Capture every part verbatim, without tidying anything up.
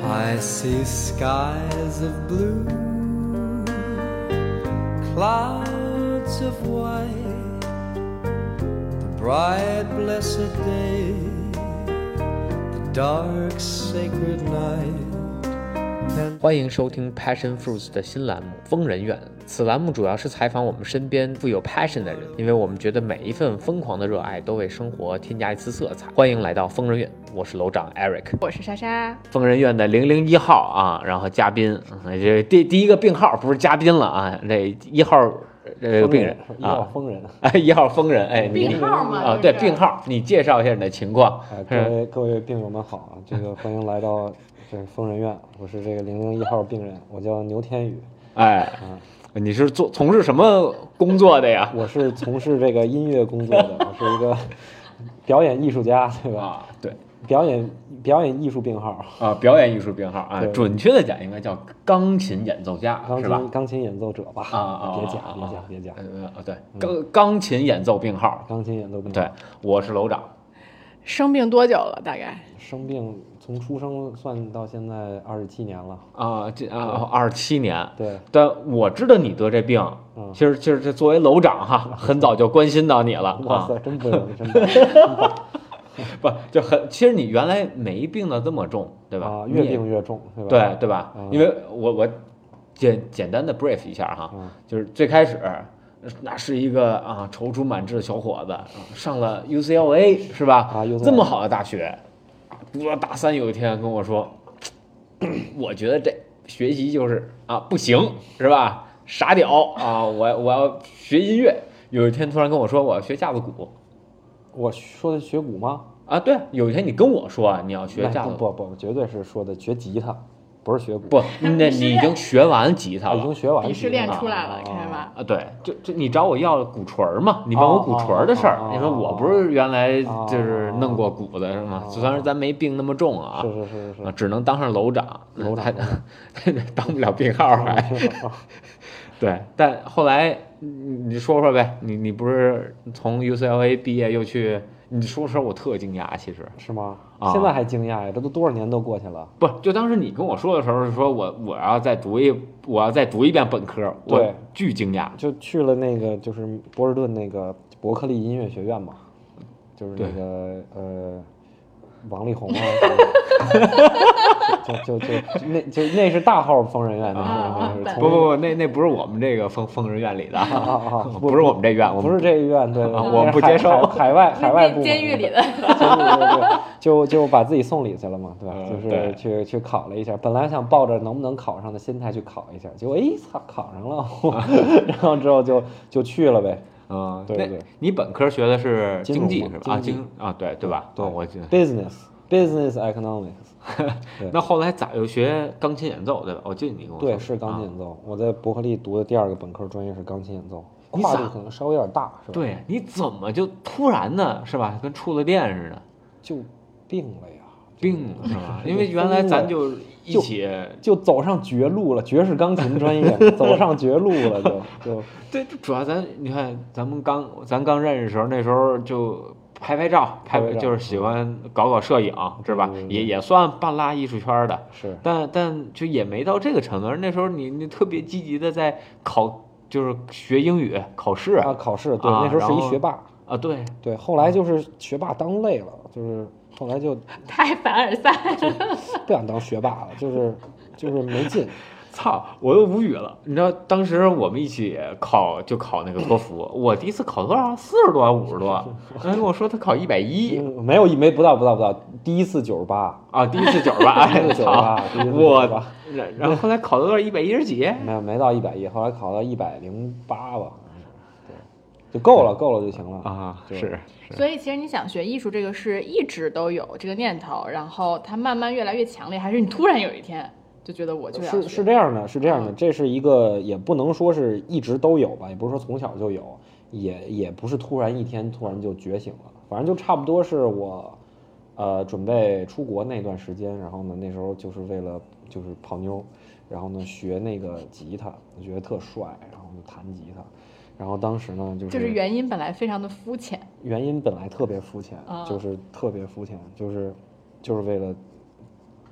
I see skies of blue, clouds of white, the bright blessed day, the dark sacred night. 欢迎收听 Passion Fruits 的新栏目疯人院。此栏目主要是采访我们身边富有 passion 的人，因为我们觉得每一份疯狂的热爱都为生活添加一丝色彩。欢迎来到疯人院，我是楼长 Eric， 我是莎莎。 疯人院的零零一号啊，然后嘉宾，这第第一个病号不是嘉宾了啊，这一号这个病人一号疯人， 哎，一号疯人，哎， 病号嘛啊，对，病号，你介绍一下你的情况。 哎，各位各位病友们好啊，这个欢迎来到这个疯人院，我是这个零零一号病人，我叫牛天宇。 哎， 啊， 你是做从事什么工作的呀？ 我是从事这个音乐工作的，我是一个表演艺术家，对吧？ 啊，对。 表演表演艺术病号啊，表演艺术病号啊，准确的讲应该叫钢琴演奏家， 钢是吧？ 琴钢琴演奏者吧？ 啊啊， 别讲别讲别讲， 呃对，钢钢琴演奏病号， 钢琴演奏病号。 对，我是楼长。 生病多久了？大概？ 生病从出生算到现在二十七年了啊，这啊二十七年。 对， 但我知道你得这病， 嗯， 其实其实这作为楼长哈，很早就关心到你了。 哇塞，真不容易，真不容易。 不就很，其实你原来没病的这么重，对吧？ 啊，越病越重，对吧？ 对对吧？ 嗯、 因为我我简简单的 brief 一下哈， 嗯、 就是最开始那是一个啊踌躇满志的小伙子，啊、上了 U C L A 是吧？ 啊， 这么好的大学，读到大三有一天跟我说，我觉得这学习就是啊不行是吧？傻屌啊！我我要学音乐。有一天突然跟我说我要学架子鼓。 我说的学鼓吗？ 啊，对，有一天你跟我说你要学架子鼓， 不不不，绝对是说的学吉他，不是学鼓。 不，那你已经学完吉他了， 已经学完， 鄙视链出来了，看吧？ 啊，对，就就你找我要鼓槌嘛，你问我鼓槌的事儿，因为我不是原来就是弄过鼓的是吗？虽然咱没病那么重啊， 是是是是， 只能当上楼长， 楼长当不了病号还。对，但后来你说说呗，你你不是从 U C L A 毕业又去，你说说我特惊讶，其实是吗？ 啊、 现在还惊讶呀？这都多少年都过去了。 不，就当时你跟我说的时候，说我我要再读一，我要再读一遍本科， 对， 巨惊讶， 就去了那个就是波士顿那个伯克利音乐学院嘛，就是那个呃王力宏啊。就就就就那就那是大号疯人院，那是那是不不不，那那不是我们这个疯疯人院里的啊啊， 不是我们这院， 不是这院，对， 我们不接受海外海外部监狱里的， 就就把自己送里去了嘛，对吧？就是去去考了一下，本来想抱着能不能考上的心态去考一下，结果哎操考上了，然后之后就就去了呗。 嗯， 对对， 你本科学的是经济是吧？啊， 经啊，对对吧？ 对， 我记得 business business economics。 那后来咋又学钢琴演奏对吧？我记得你跟我说对，是钢琴演奏。我在伯克利读的第二个本科专业是钢琴演奏，跨度可能稍微有点大，是吧？ 对，你怎么就突然的是吧？跟触了电似的， 就病了呀， 病了是吧？因为原来咱就一起就走上绝路了，爵士钢琴专业走上绝路了，就就对，主要咱你看咱们刚咱刚认识的时候，那时候就。拍拍照，拍就是喜欢搞搞摄影，是吧？ 嗯、 也也算半拉艺术圈的， 是。 但但就也没到这个程度。那时候你你特别积极的在考，就是学英语考试啊，考试。对， 啊、 那时候是一学霸啊，对对。后来就是学霸当累了，就是后来就太凡尔赛， 不想当学霸了，就是就是没劲。 操，我都无语了。你知道当时我们一起考就考那个托福，我第一次考多少？四十多，五十多。他跟我说他考一百一， 没有没不到不到不到，第一次九十八啊，第一次九十八， 第一次九十八， 我然后后来考到多少？一百一十几？ 没有没到一百一，后来考到一百零八吧。对，就够了，够了就行了啊。是。 所以其实你想学艺术这个是一直都有这个念头，然后它慢慢越来越强烈，还是你突然有一天？就觉得我就是是这样的，是这样的，这是一个也不能说是一直都有吧，也不是说从小就有，也也不是突然一天突然就觉醒了，反正就差不多是我，呃，准备出国那段时间，然后呢，那时候就是为了就是泡妞，然后呢学那个吉他，我觉得特帅，然后就弹吉他，然后当时呢就是就是原因本来非常的肤浅， 原因本来特别肤浅， 啊、 就是特别肤浅，就是就是为了。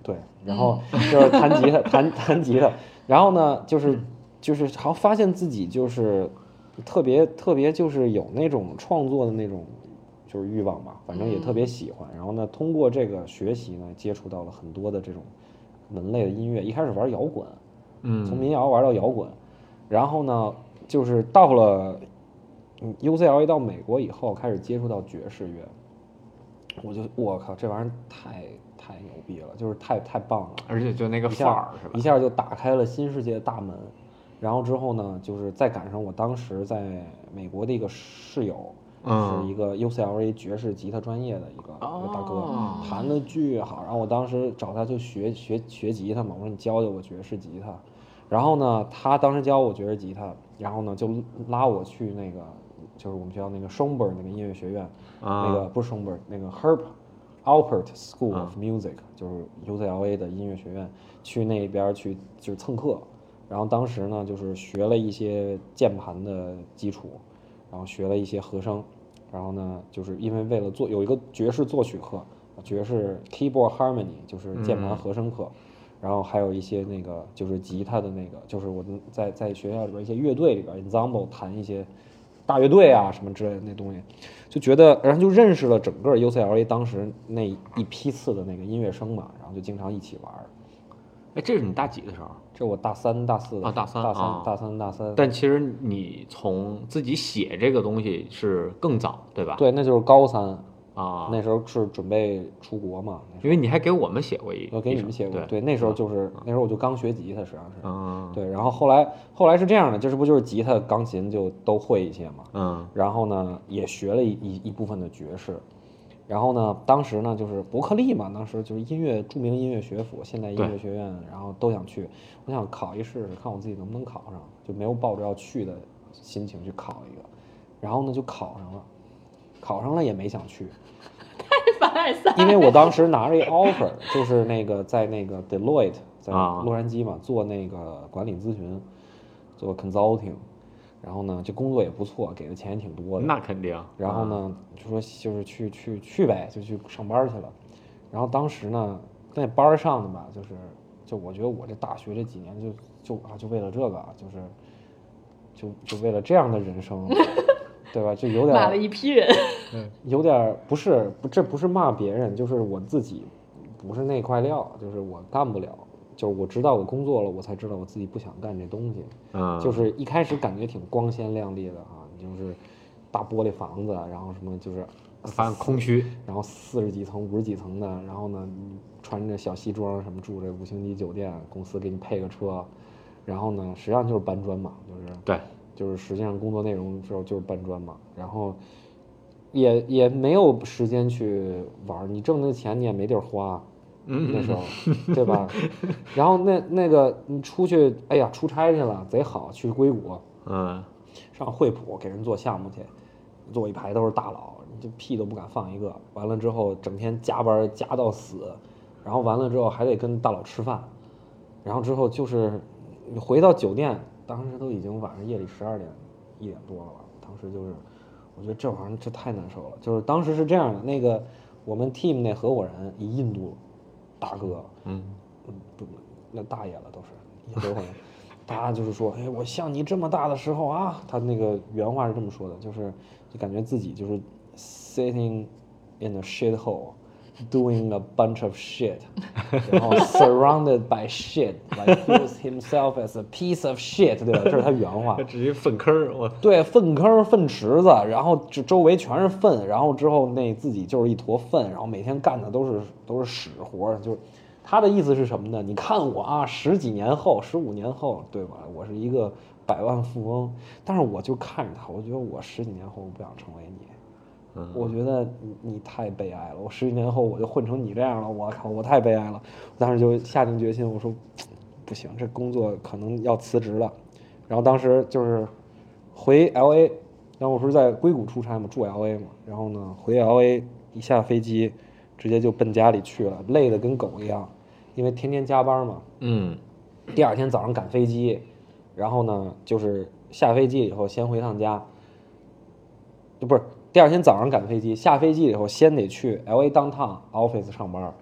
对，然后就是弹吉他，弹弹吉他，然后呢，就是就是好像发现自己就是特别特别就是有那种创作的那种就是欲望吧，反正也特别喜欢。然后呢，通过这个学习呢，接触到了很多的这种门类的音乐。一开始玩摇滚，嗯，从民谣玩到摇滚，然后呢，就是到了嗯 U C L A 到美国以后，开始接触到爵士乐。我就我靠，这玩意儿太太牛逼了，就是太太棒了， 而且就那个范儿是吧？ 一下就打开了新世界的大门。然后之后呢，就是再赶上我当时在美国的一个室友， 嗯、 是一个 U C L A 爵士吉他专业的一个、 哦、 一个大哥，弹的巨好。然后我当时找他去学学学吉他嘛，我说你教教我爵士吉他。然后呢，他当时教我爵士吉他，然后呢就拉我去那个。就是我们学校那个 Schomburg 那个音乐学院，啊、那个不是 Schomburg， 那个 Herb Alpert School of Music，、啊、就是 U C L A 的音乐学院，去那边去就是蹭课。然后当时呢，就是学了一些键盘的基础，然后学了一些和声。然后呢，就是因为为了做有一个爵士作曲课，爵士 Keyboard Harmony 就是键盘和声课。嗯，然后还有一些那个就是吉他的那个，就是我们在在学校里边一些乐队里边 ensemble 弹一些。大乐队啊什么之类的那东西，就觉得，然后就认识了整个 U C L A 当时那一批次的那个音乐生嘛，然后就经常一起玩。 哎，这是你大几的时候？ 这是我大三、大四的啊，大三、 大三、 啊、 大三、大三。 但其实你从自己写这个东西是更早，对吧？ 对，那就是高三啊， 那时候是准备出国嘛。 因为你还给我们写过一， 我给你们写过。 对, 对，那时候就是、嗯、那时候我就刚学吉他，实际上是。 嗯。 对，然后后来后来是这样的，就是不就是吉他、钢琴就都会一些嘛。嗯。然后呢，也学了一一一部分的爵士。然后呢，当时呢就是伯克利嘛，当时就是音乐著名音乐学府，现代音乐学院，然后都想去，我想考一试试，看我自己能不能考上，就没有抱着要去的心情去考一个，然后呢就考上了，考上了也没想去， 太凡尔赛， 因为我当时拿着一 offer， 就是那个在那个 Deloitte 在洛杉矶嘛，做那个管理咨询，做 consulting。然后呢，这工作也不错，给的钱也挺多的。 那肯定。 然后呢，就说就是去去去呗，就去上班去了。然后当时呢，那班上的吧，就是就我觉得我这大学这几年就就啊就为了这个，就是就就为了这样的人生，对吧？就有点骂了一批人， 有点不是不这不是骂别人，就是我自己不是那块料，就是我干不了。就是我知道我工作了，我才知道我自己不想干这东西。嗯，就是一开始感觉挺光鲜亮丽的啊，就是大玻璃房子，然后什么就是发现空虚， 然后四十几层、五十几层的，然后呢穿着小西装什么住这五星级酒店，公司给你配个车，然后呢实际上就是搬砖嘛，就是对， 就是实际上工作内容之后就是搬砖嘛，然后也也没有时间去玩，你挣的钱你也没地儿花。嗯，那时候，对吧？然后那那个你出去，哎呀，出差去了，贼好，去硅谷，嗯，上惠普给人做项目去，坐一排都是大佬，你就屁都不敢放一个。完了之后，整天加班加到死，然后完了之后还得跟大佬吃饭，然后之后就是你回到酒店，当时都已经晚上夜里十二点一点多了吧。当时就是，我觉得这玩意儿这太难受了。就是当时是这样的，那个我们 team 那合伙人一印度。大哥，嗯嗯，不，那大爷了都是，也都会，他就是说，哎，我像你这么大的时候啊，他那个原话是这么说的，就是就感觉自己就是 sitting in a shit hole, doing a bunch of shit， 然后 surrounded by shit, like feels himself as a piece of shit， 对吧？这是他原话。 直接粪坑，我。 对，粪坑、粪池子，然后就周围全是粪，然后之后那自己就是一坨粪，然后每天干的都是都是屎活，就是他的意思是什么呢？你看我啊，十几年后、十五年后，对吧？我是一个百万富翁，但是我就看着他，我觉得我十几年后我不想成为你。嗯，我觉得你你太悲哀了。我十几年后我就混成你这样了，我靠，我太悲哀了。我当时就下定决心，我说不行，这工作可能要辞职了。然后当时就是回 L A， 然后我不是在硅谷出差嘛，住 L A 嘛。然后呢，回 L A 一下飞机，直接就奔家里去了，累得跟狗一样，因为天天加班嘛。嗯。第二天早上赶飞机，然后呢，就是下飞机以后先回趟家，就不是。第二天早上赶飞机，下飞机以后先得去 L A downtown office 上班，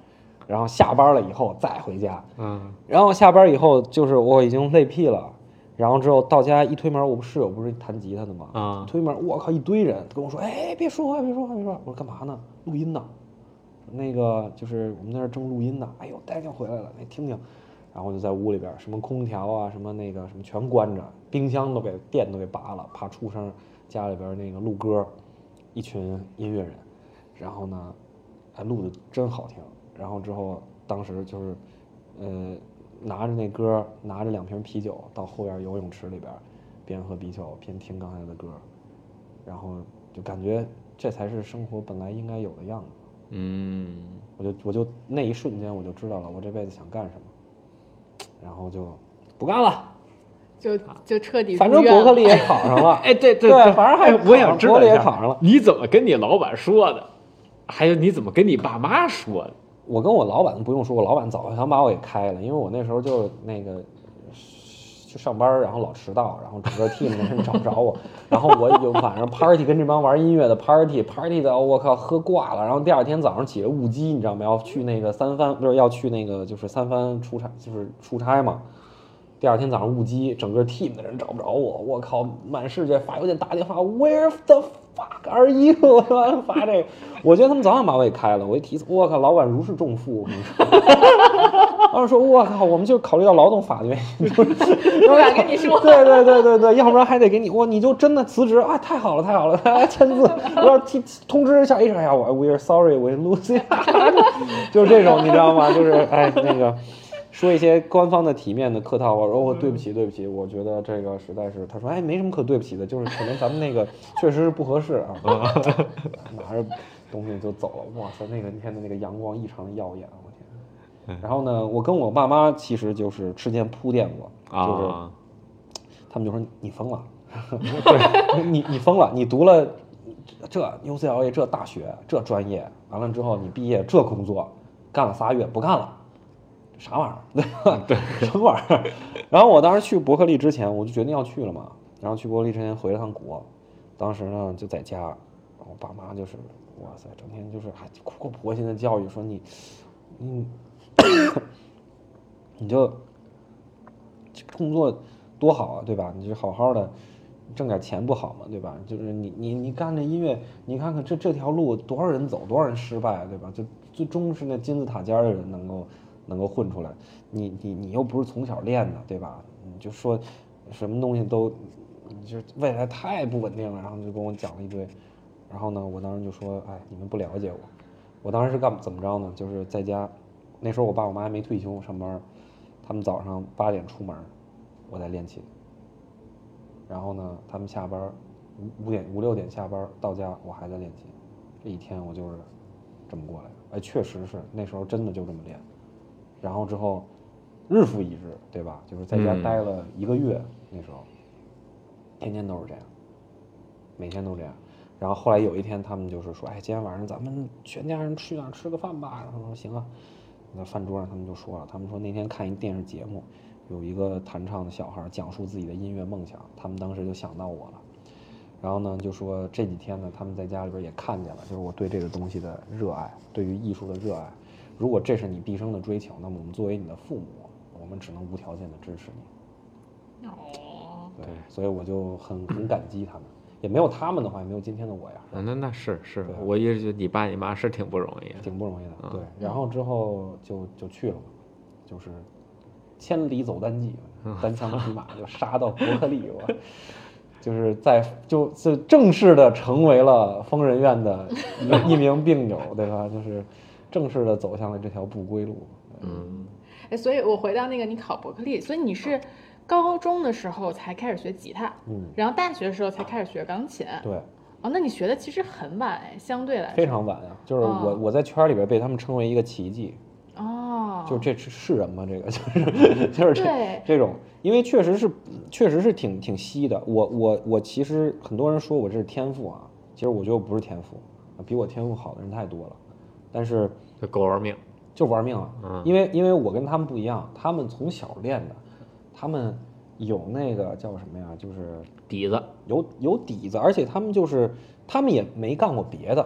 然后下班了以后再回家， 嗯， 然后下班以后就是我已经累屁了，然后之后到家一推门，我不室友不是弹吉他的吗？ 啊， 推门，我靠，一堆人跟我说，哎，别说话，别说话，别说话。我说干嘛呢？录音呢。那个就是我们在那正录音呢。哎呦，戴酱回来了，来听听。然后就在屋里边，什么空调啊，什么那个什么全关着，冰箱都给电都给拔了，怕出声。家里边那个录歌，一群音乐人，然后呢，还录的真好听。然后之后当时就是，呃，拿着那歌，拿着两瓶啤酒到后边游泳池里边，边喝啤酒边听刚才的歌，然后就感觉这才是生活本来应该有的样子。 嗯， 我就我就那一瞬间我就知道了我这辈子想干什么，然后就不干了。 就就彻底反正伯克利也考上了， 哎，对对，反正还我想知道伯克利也考上了。 你怎么跟你老板说的？还有你怎么跟你爸妈说的？ 我跟我老板不用说，我老板早就想把我给开了，因为我那时候就那个去上班，然后老迟到，然后整个 team 的人找不着我，然后我有晚上 party 跟这帮玩音乐的 party party 的，我靠喝挂了，然后第二天早上起来误机，你知道吗？要去那个三藩，不是要去那个就是三藩出差，就是出差嘛。第二天早上误机，整个 team 的人找不着我，我靠，满世界发邮件打电话 ，Where the fuck are you？ 发这个，我觉得他们早晚把我给开了。我一提，我靠，老板如释重负，我跟你说。然后说，我靠，我们就考虑到劳动法的原因， 我敢跟你说， 对对对对对，要不然还得给你，哇，你就真的辞职啊？太好了，太好了，来签字，我要提通知一下 H R 呀，我 We are sorry, we lose， 就是这种，你知道吗？就是哎那个。说一些官方的体面的客套话，说我对不起对不起，我觉得这个实在是，他说哎没什么可对不起的，就是可能咱们那个确实是不合适啊，拿着东西就走了，哇塞，那个天的那个阳光异常的耀眼，我天。然后呢，我跟我爸妈其实就是事先铺垫过，就是他们就说你疯了，你你疯了，你读了这 U C L A 这大学这专业，完了之后你毕业这工作干了仨月不干了。啥玩意儿，对吧？对，什么玩意儿？然后我当时去伯克利之前，我就决定要去了嘛。然后去伯克利之前回了趟国，当时呢就在家，然后我爸妈就是，哇塞，整天就是还苦口婆心的教育说你，你，你就工作多好啊，对吧？你就好好的挣点钱不好嘛，对吧？就是你你你干这音乐，你看看这这条路多少人走，多少人失败，对吧？就最终是那金字塔尖的人能够。能够混出来，你你你又不是从小练的，对吧？你就说什么东西都，你就未来太不稳定了，然后就跟我讲了一堆，然后呢，我当时就说，哎，你们不了解我，我当时是干怎么着呢？就是在家，那时候我爸我妈还没退休上班，他们早上八点出门，我在练琴，然后呢，他们下班五五点五六点下班到家，我还在练琴，这一天我就是这么过来的，哎，确实是那时候真的就这么练。然后之后，日复一日，对吧？就是在家待了一个月，嗯、那时候，天天都是这样，每天都这样。然后后来有一天，他们就是说：“哎，今天晚上咱们全家人去哪儿吃个饭吧？”然后说：“行啊。”在饭桌上，他们就说了，他们说那天看一电视节目，有一个弹唱的小孩讲述自己的音乐梦想，他们当时就想到我了。然后呢，就说这几天呢，他们在家里边也看见了，就是我对这个东西的热爱，对于艺术的热爱。如果这是你毕生的追求，那么我们作为你的父母，我们只能无条件的支持你。 哦， 对，所以我就很很感激他们，也没有他们的话，也没有今天的我呀。 啊，那那是是，我一直觉得你爸你妈是挺不容易的， 挺不容易的。嗯、对，然后之后就就去了嘛，就是千里走单骑，单枪匹马就杀到伯克利，我就是在就就正式的成为了疯人院的一名病友，对吧？就是。正式的走向了这条不归路。 嗯， 哎，所以我回到那个你考伯克利，所以你是高中的时候才开始学吉他， 嗯， 然后大学的时候才开始学钢琴。 对， 哦，那你学的其实很晚哎，相对来说非常晚呀。就是我、哦、我在圈里边被他们称为一个奇迹。 哦， 就这是是人吗？这个就是就是这这种，因为确实是确实是挺挺稀的。我我我其实很多人说我这是天赋啊，其实我觉得我不是天赋，比我天赋好的人太多了。但是够玩命， 就玩命了。嗯，因为因为我跟他们不一样，他们从小练的，他们有那个叫什么呀？就是底子， 有有底子，而且他们就是他们也没干过别的，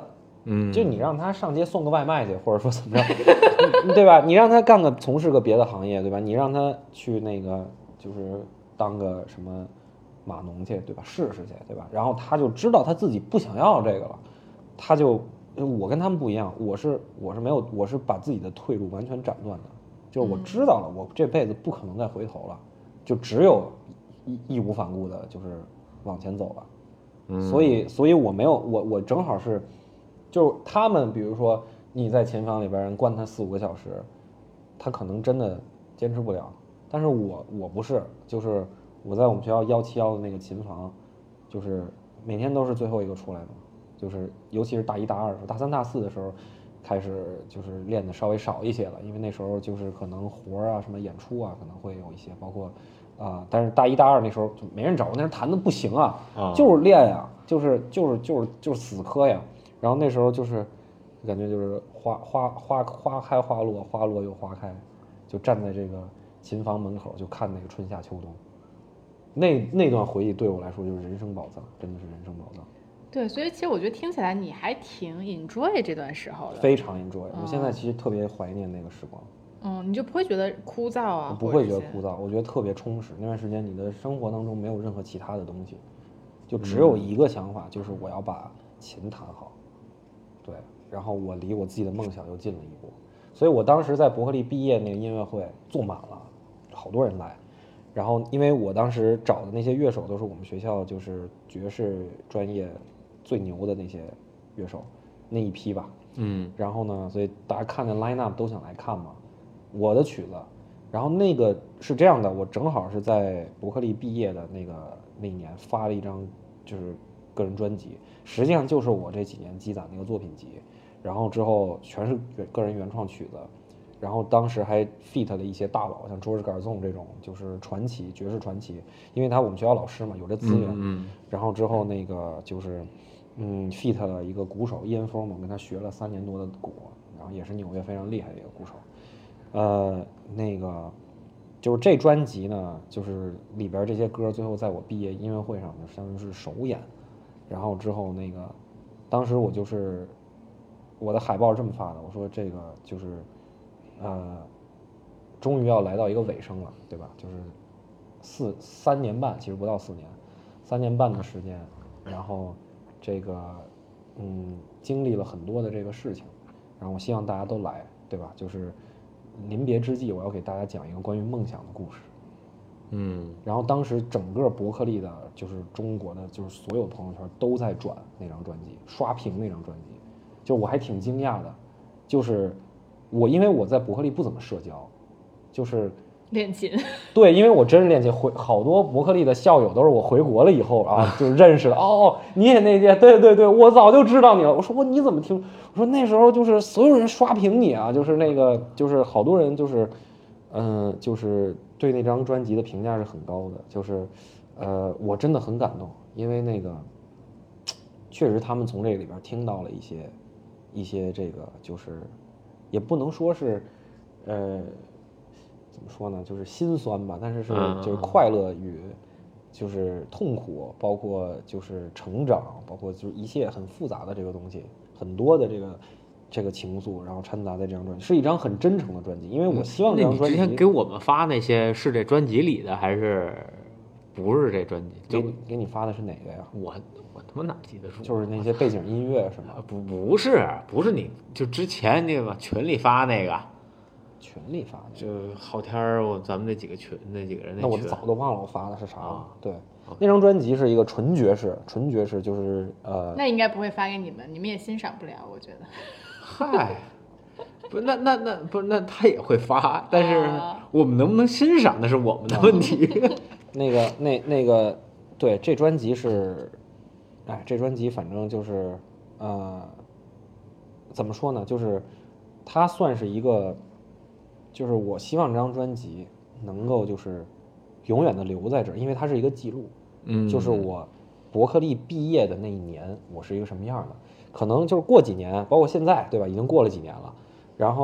嗯，就你让他上街送个外卖去，或者说怎么着，对吧？你让他干个从事个别的行业，对吧？你让他去那个就是当个什么码农去，对吧？试试去，对吧？然后他就知道他自己不想要这个了，他就我跟他们不一样，我是我是没有，我是把自己的退路完全斩断的，就是我知道了，我这辈子不可能再回头了，就只有义义无反顾的，就是往前走了。嗯，所以所以我没有我我正好是。就是他们，比如说你在琴房里边关他四五个小时，他可能真的坚持不了。但是我我不是，就是我在我们学校幺七幺的那个琴房，就是每天都是最后一个出来的，就是尤其是大一大二的时候，大三大四的时候开始就是练的稍微少一些了，因为那时候就是可能活啊什么演出啊可能会有一些，包括啊、呃，但是大一大二那时候就没人找我，那时候弹的不行啊，就是练呀、啊，就是就是就是就是死磕呀。然后那时候就是感觉就是花花花花开花落，花落又花开，就站在这个琴房门口就看那个春夏秋冬，那那段回忆对我来说就是人生宝藏，真的是人生宝藏。 对，所以其实我觉得听起来你还挺 enjoy 这段时候的， 非常 enjoy、嗯。我现在其实特别怀念那个时光。 嗯，你就不会觉得枯燥啊？ 我不会觉得枯燥，我觉得特别充实。那段时间你的生活当中没有任何其他的东西，就只有一个想法，嗯、就是我要把琴弹好。对，然后我离我自己的梦想又近了一步，所以我当时在伯克利毕业那个音乐会坐满了，好多人来，然后因为我当时找的那些乐手都是我们学校就是爵士专业最牛的那些乐手那一批吧，嗯，然后呢，所以大家看见 line up 都想来看嘛，我的曲子，然后那个是这样的，我正好是在伯克利毕业的那个那一年发了一张就是个人专辑。实际上就是我这几年积攒那个作品集，然后之后全是个人原创曲子，然后当时还 feat 了一些大佬，像 George Garzone 这种就是传奇爵士传奇，因为他我们学校老师嘛，有这资源。嗯, 嗯。然后之后那个就是嗯 feat 了一个鼓手 Ian Foreman， 跟他学了三年多的鼓，然后也是纽约非常厉害的一个鼓手。呃，那个就是这专辑呢，就是里边这些歌最后在我毕业音乐会上相当于是首演。然后之后那个，当时我就是我的海报是这么发的，我说这个就是，呃，终于要来到一个尾声了，对吧？就是四三年半，其实不到四年，三年半的时间，然后这个嗯经历了很多的这个事情，然后我希望大家都来，对吧？就是临别之际，我要给大家讲一个关于梦想的故事。嗯，然后当时整个伯克利的，就是中国的，就是所有朋友圈都在转那张专辑，刷屏那张专辑，就我还挺惊讶的，就是我因为我在伯克利不怎么社交，就是练琴， 对，因为我真是练琴，回好多伯克利的校友都是我回国了以后啊就认识了，哦，你也那届，对对对，我早就知道你了。我说我你怎么听？我说那时候就是所有人刷屏你啊，就是那个就是好多人就是，嗯、呃，就是。对那张专辑的评价是很高的，就是，呃，我真的很感动，因为那个，确实他们从这里边听到了一些，一些这个就是，也不能说是，呃，怎么说呢，就是心酸吧，但是是就是快乐与，就是痛苦，包括就是成长，包括就是一切很复杂的这个东西，很多的这个。这个情愫，然后掺杂在这张专辑，是一张很真诚的专辑，因为我希望这张专辑。 那你之前给我们发那些是这专辑里的，还是不是这专辑？ 给给你发的是哪个呀？ 我我他妈哪记得住？ 就是那些背景音乐是吗？ 不不是不是，你就之前那个群里发那个， 群里发的， 就昊天儿，我咱们那几个群那几个人那。 那我早都忘了我发的是啥了。啊、对。那张专辑是一个纯爵士，纯爵士就是呃。 那应该不会发给你们，你们也欣赏不了，我觉得。 嗨，不，那那那不，那他也会发，但是我们能不能欣赏那是我们的问题。 那个那那个，对，这专辑是，哎，这专辑反正就是呃，怎么说呢？就是它算是一个，就是我希望这张专辑能够就是永远的留在这儿，因为它是一个记录。嗯，就是我伯克利毕业的那一年，我是一个什么样的。可能就是过几年，包括现在，对吧？已经过了几年了，然后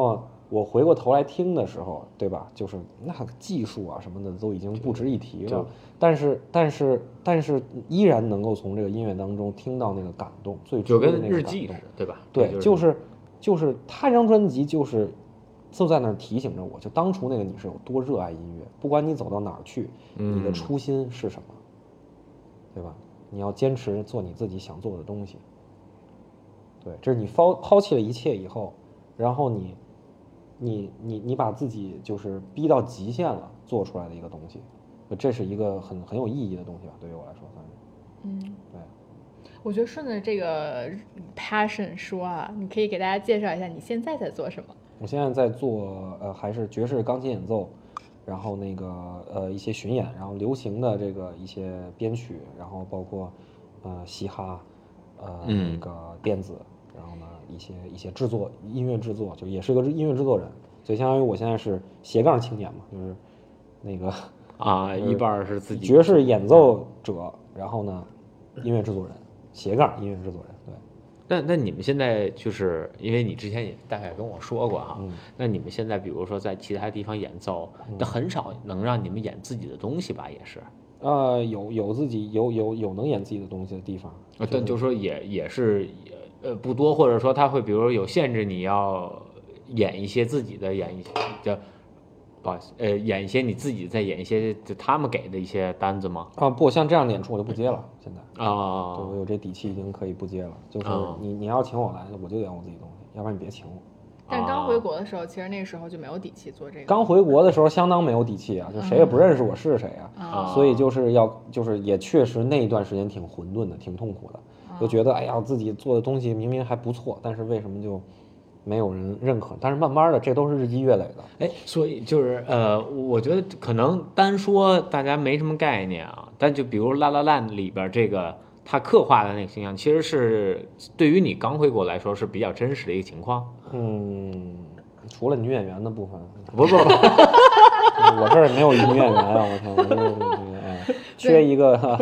我回过头来听的时候，对吧？就是那个技术啊什么的都已经不值一提了，但是但是但是依然能够从这个音乐当中听到那个感动，最初的那个感动， 对吧？ 对，就是就是他这张专辑就是就在那儿提醒着我，就当初那个你是有多热爱音乐，不管你走到哪儿去，你的初心是什么，对吧？你要坚持做你自己想做的东西。对，这是你抛抛弃了一切以后，然后你。你你你把自己就是逼到极限了，做出来的一个东西，这是一个很很有意义的东西吧，对于我来说算是。 嗯， 对。 我觉得顺着这个 passion 说啊，你可以给大家介绍一下你现在在做什么。 我现在在做呃还是爵士钢琴演奏，然后那个呃一些巡演，然后流行的这个一些编曲，然后包括呃嘻哈，呃、嗯、那个电子。然后呢，一些一些制作音乐制作，就也是个音乐制作人，所以相当于我现在是斜杠青年嘛，就是那个啊，一半是自己爵士演奏者，然后呢，音乐制作人，斜杠音乐制作人。对。 那那你们现在就是因为你之前也大概跟我说过哈、啊，嗯、那你们现在比如说在其他地方演奏，那、嗯、很少能让你们演自己的东西吧？也是。 呃，有有自己有有有能演自己的东西的地方， 呃，但就是说也也是。呃，不多，或者说他会，比如有限制，你要演一些自己的演一些，叫不好意思，呃，演一些你自己再演一些，就他们给的一些单子吗？ 啊，不，像这样的演出我就不接了，现在啊， 对我有这底气已经可以不接了。就是你、啊、你要请我来，我就演我自己东西，要不然你别请我。 但刚回国的时候，其实那个时候就没有底气做这个。 刚回国的时候相当没有底气啊，就谁也不认识我是谁啊， 啊所以就是要就是也确实那一段时间挺混沌的，挺痛苦的。就觉得哎呀，自己做的东西明明还不错，但是为什么就没有人认可？但是慢慢的，这都是日积月累的。 哎，所以就是呃，我觉得可能单说大家没什么概念啊，但就比如《La La Land》里边这个他刻画的那个形象，其实是对于你刚回国来说是比较真实的一个情况。 嗯，除了女演员的部分， 不不不， 我这儿也没有女演员啊！我天，我这个哎，缺一个。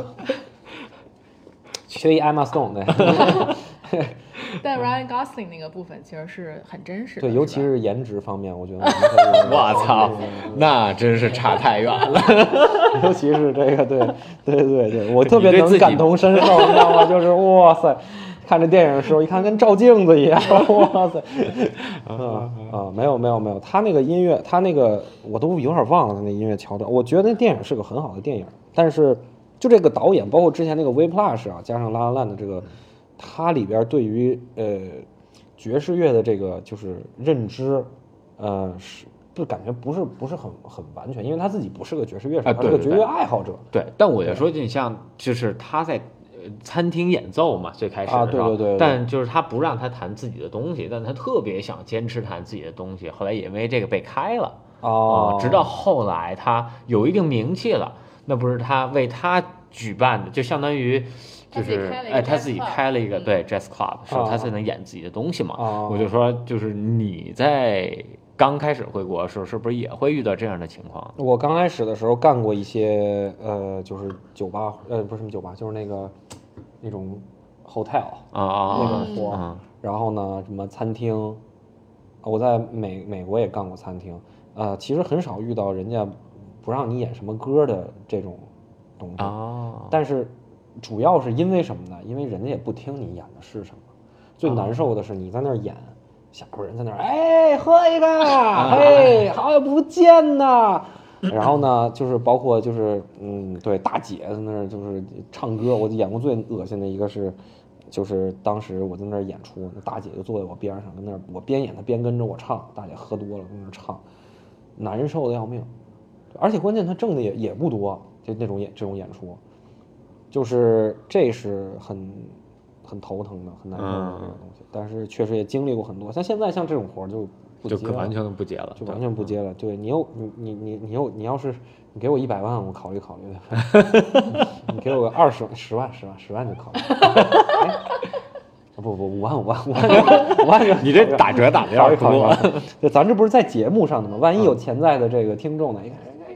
缺一 Emma Stone 对， 但 Ryan Gosling 那个部分其实是很真实的， 对，尤其是颜值方面，我觉得我操，那真是差太远了。 尤其是这个，对对对对，我特别能感同身受，你知道吗？就是哇塞，看这电影的时候，一看跟照镜子一样，哇塞，啊啊，没有没有没有，他那个音乐，他那个我都有点忘了他那音乐桥段，我觉得那电影是个很好的电影，但是。就这个导演，包括之前那个 Whiplash 啊，加上La La Land的这个，它里边对于呃爵士乐的这个就是认知，呃是不感觉不是不是很很完全，因为他自己不是个爵士乐手，他是个爵士乐爱好者。 对，但我就说，就像就是他在餐厅演奏嘛，最开始啊，对对 对, 对。 但就是他不让他弹自己的东西，但他特别想坚持弹自己的东西，后来也因为这个被开了哦、 呃，直到后来他有一定名气了。那不是他为他举办的，就相当于就是哎，他自己开了一个对 jazz club， 说他才能演自己的东西嘛。 哦、 我就说，就是你在刚开始回国的时候，是不是也会遇到这样的情况？ 我刚开始的时候干过一些呃，就是酒吧，呃，不是什么酒吧，就是那个那种 hotel 啊啊那种活、 啊。 然后呢，什么餐厅，我在美美国也干过餐厅，呃，其实很少遇到人家。不让你演什么歌的这种东西、 哦、 但是主要是因为什么呢？因为人家也不听你演的是什么。最难受的是你在那儿演，下边人在那儿哎喝一个，哎好久不见呐。然后呢，就是包括就是嗯对大姐在那儿就是唱歌，我演过最恶心的一个是，就是当时我在那儿演出，那大姐就坐在我边上，跟那儿我边演她边跟着我唱，大姐喝多了跟那儿唱，难受的要命。而且关键他挣的也也不多，就那种演这种演出，就是这是很很头疼的，很难受的这个东西。嗯、但是确实也经历过很多，像现在像这种活就不接了， 就完全不接了， 就完全不接了。对你有你你你你有你要是你给我一百万，我考虑考虑的。你给我个二十万、十万、十万、十万就考虑。哎不不五万五万五万五万， 你这打折打的有点多。 对，咱这不是在节目上的吗？万一有潜在的这个听众呢？一看，哎，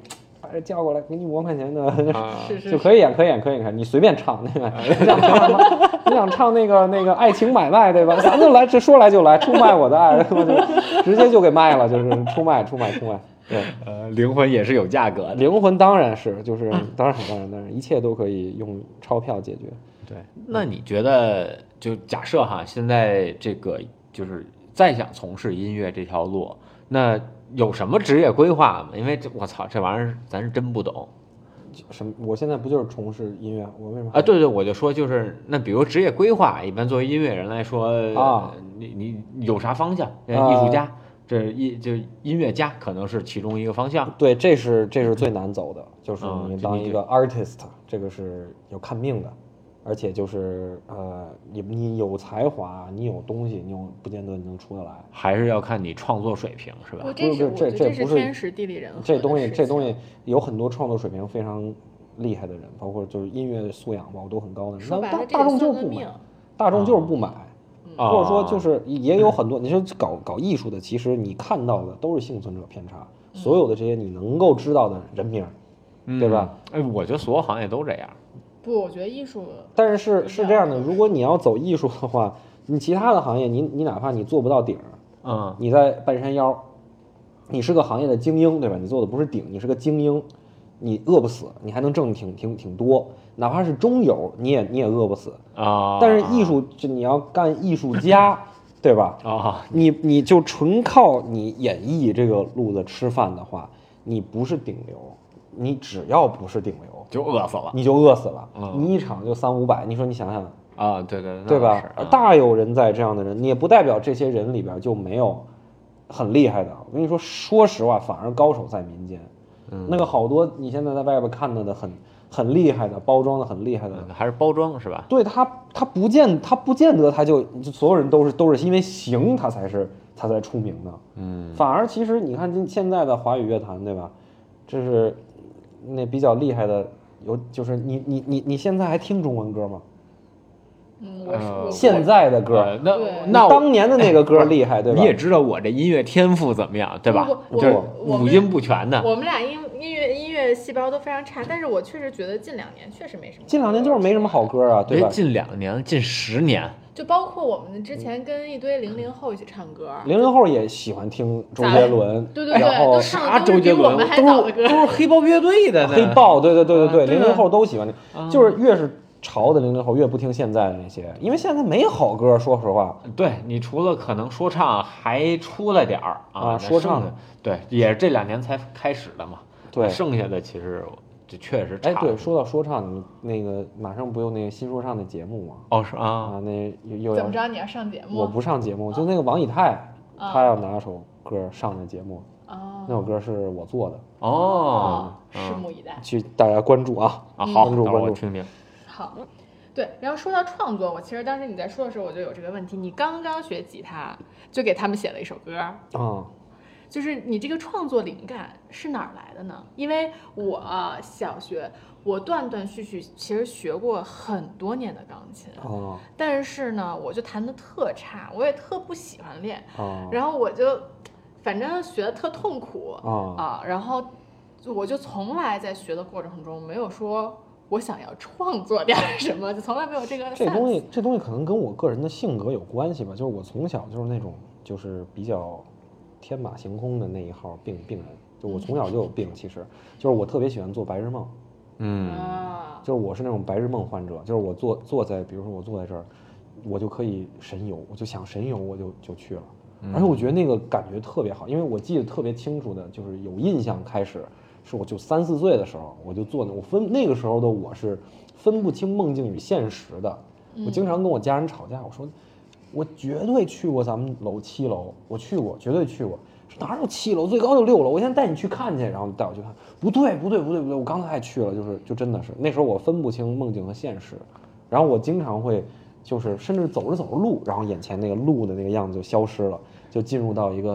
人叫过来给你五万块钱的， 啊是是就可以演，可以演，可以演，你随便唱那个，你想唱什么？你想唱那个那个爱情买卖对吧？咱就来，这说来就来，出卖我的爱，我就直接就给卖了，就是出卖，出卖，出卖。对， 呃，灵魂也是有价格的。 灵魂当然是，就是当然当然当然，一切都可以用钞票解决。 对，那你觉得，就假设哈，现在这个就是再想从事音乐这条路，那有什么职业规划吗？因为这我操，这玩意儿咱是真不懂。 什么？我现在不就是从事音乐？我为什么啊？对对，我就说就是那比如职业规划，一般作为音乐人来说啊， 你你有啥方向？ 啊艺术家，这音就音乐家可能是其中一个方向。 对，这是这是最难走的，就是嗯你当一个 artist，这个是有看命的。而且就是呃，你你有才华，你有东西，你有不见得你能出得来， 还是要看你创作水平，是吧？ 不，这是我不是觉得这这这不是天时地利人和的这东西事情这东西有很多创作水平非常厉害的人，包括就是音乐素养吧，都很高的人，那大说白了，这大得众就是不买算个命。， 大众就是不买， 啊或者说就是也有很多，你说搞搞艺术的，其实你看到的都是幸存者偏差，所有的这些你能够知道的人名，对吧？ 哎，我觉得所有行业都这样。 不，我觉得艺术， 但是是是这样的，如果你要走艺术的话，你其他的行业，你你哪怕你做不到顶儿， 嗯， 你在半山腰，你是个行业的精英，对吧？你做的不是顶，你是个精英，你饿不死，你还能挣挺挺挺多，哪怕是中游，你也你也饿不死啊。 但是艺术，就你要干艺术家，对吧？ 啊， 你你就纯靠你演绎这个路子吃饭的话，你不是顶流，你只要不是顶流， 就饿死了你就饿死了。 嗯你一场就三五百，你说你想想。 啊！对对对吧？ 啊、 大有人在这样的人，也不代表这些人里边就没有很厉害的。我跟你说，说实话，反而高手在民间。嗯，那个好多你现在在外边看到的很很厉害的，包装的很厉害的， 还是包装是吧？ 对他，他不见他不见得他就就所有人都是都是因为行他才是他才出名的。 嗯， 反而其实你看今现在的华语乐坛，对吧？这是那比较厉害的，有就是你你你你现在还听中文歌吗？ 嗯，我是我现在的歌， 呃那对那我当年的那个歌厉害，对吧？ 你也知道我这音乐天赋怎么样，对吧？ 不不就是我们五音不全的。 我们俩音音乐音乐细胞都非常差，但是我确实觉得近两年确实没什么。 近两年就是没什么好歌啊，对吧？ 近两年、近十年， 就包括我们之前跟一堆零零后一起唱歌， 零零后也喜欢听周杰伦， 对对对， 然后都唱啥的都是比周杰伦我们还早的歌。 都是黑豹乐队的呢。 黑豹，对对对对对， 啊对啊零零后都喜欢听，就是越是潮的零零后越不听现在的那些，因为现在没好歌，说实话。 对你除了可能说唱，还出了点儿啊， 啊说唱那剩下对，也是这两年才开始的嘛。 对剩下的其实就确实差哎， 了。 对，说到说唱，你那个马上不有那个新说唱的节目吗？ 哦是啊， 啊，那又又要怎么着？你要上节目？ 我不上节目，就那个王以太， 啊他要拿首歌上那节目， 哦， 那首歌是我做的， 哦， 拭目以待。 去大家关注啊。 啊好， 关注等会儿我关注听听。 好，对，然后说到创作，我其实当时你在说的时候，我就有这个问题。你刚刚学吉他，就给他们写了一首歌， 啊， 就是你这个创作灵感是哪儿来的呢？因为我小学我断断续续其实学过很多年的钢琴， 哦但是呢，我就弹得特差，我也特不喜欢练， 哦然后我就反正学的特痛苦哦啊，然后我就从来在学的过程中没有说我想要创作点什么，就从来没有这个 sense。 这东西，这东西可能跟我个人的性格有关系吧。就是我从小就是那种，就是比较天马行空的那一号病病人。就我从小就有病，其实就是我特别喜欢做白日梦。 嗯啊， 就是我是那种白日梦患者，就是我坐坐在，比如说我坐在这儿，我就可以神游，我就想神游，我就就去了。而且我觉得那个感觉特别好，因为我记得特别清楚的，就是有印象开始。是我就三四岁的时候，我就做那我分那个时候的我是分不清梦境与现实的。我经常跟我家人吵架，我说我绝对去过咱们楼七楼，我去过，绝对去过。说哪有七楼，最高就六楼，我现在带你去看去，然后带我去看。不对，不对，不对，不对，我刚才去了，就是就真的是那时候我分不清梦境和现实，然后我经常会就是甚至走着走着路，然后眼前那个路的那个样子就消失了，就进入到一个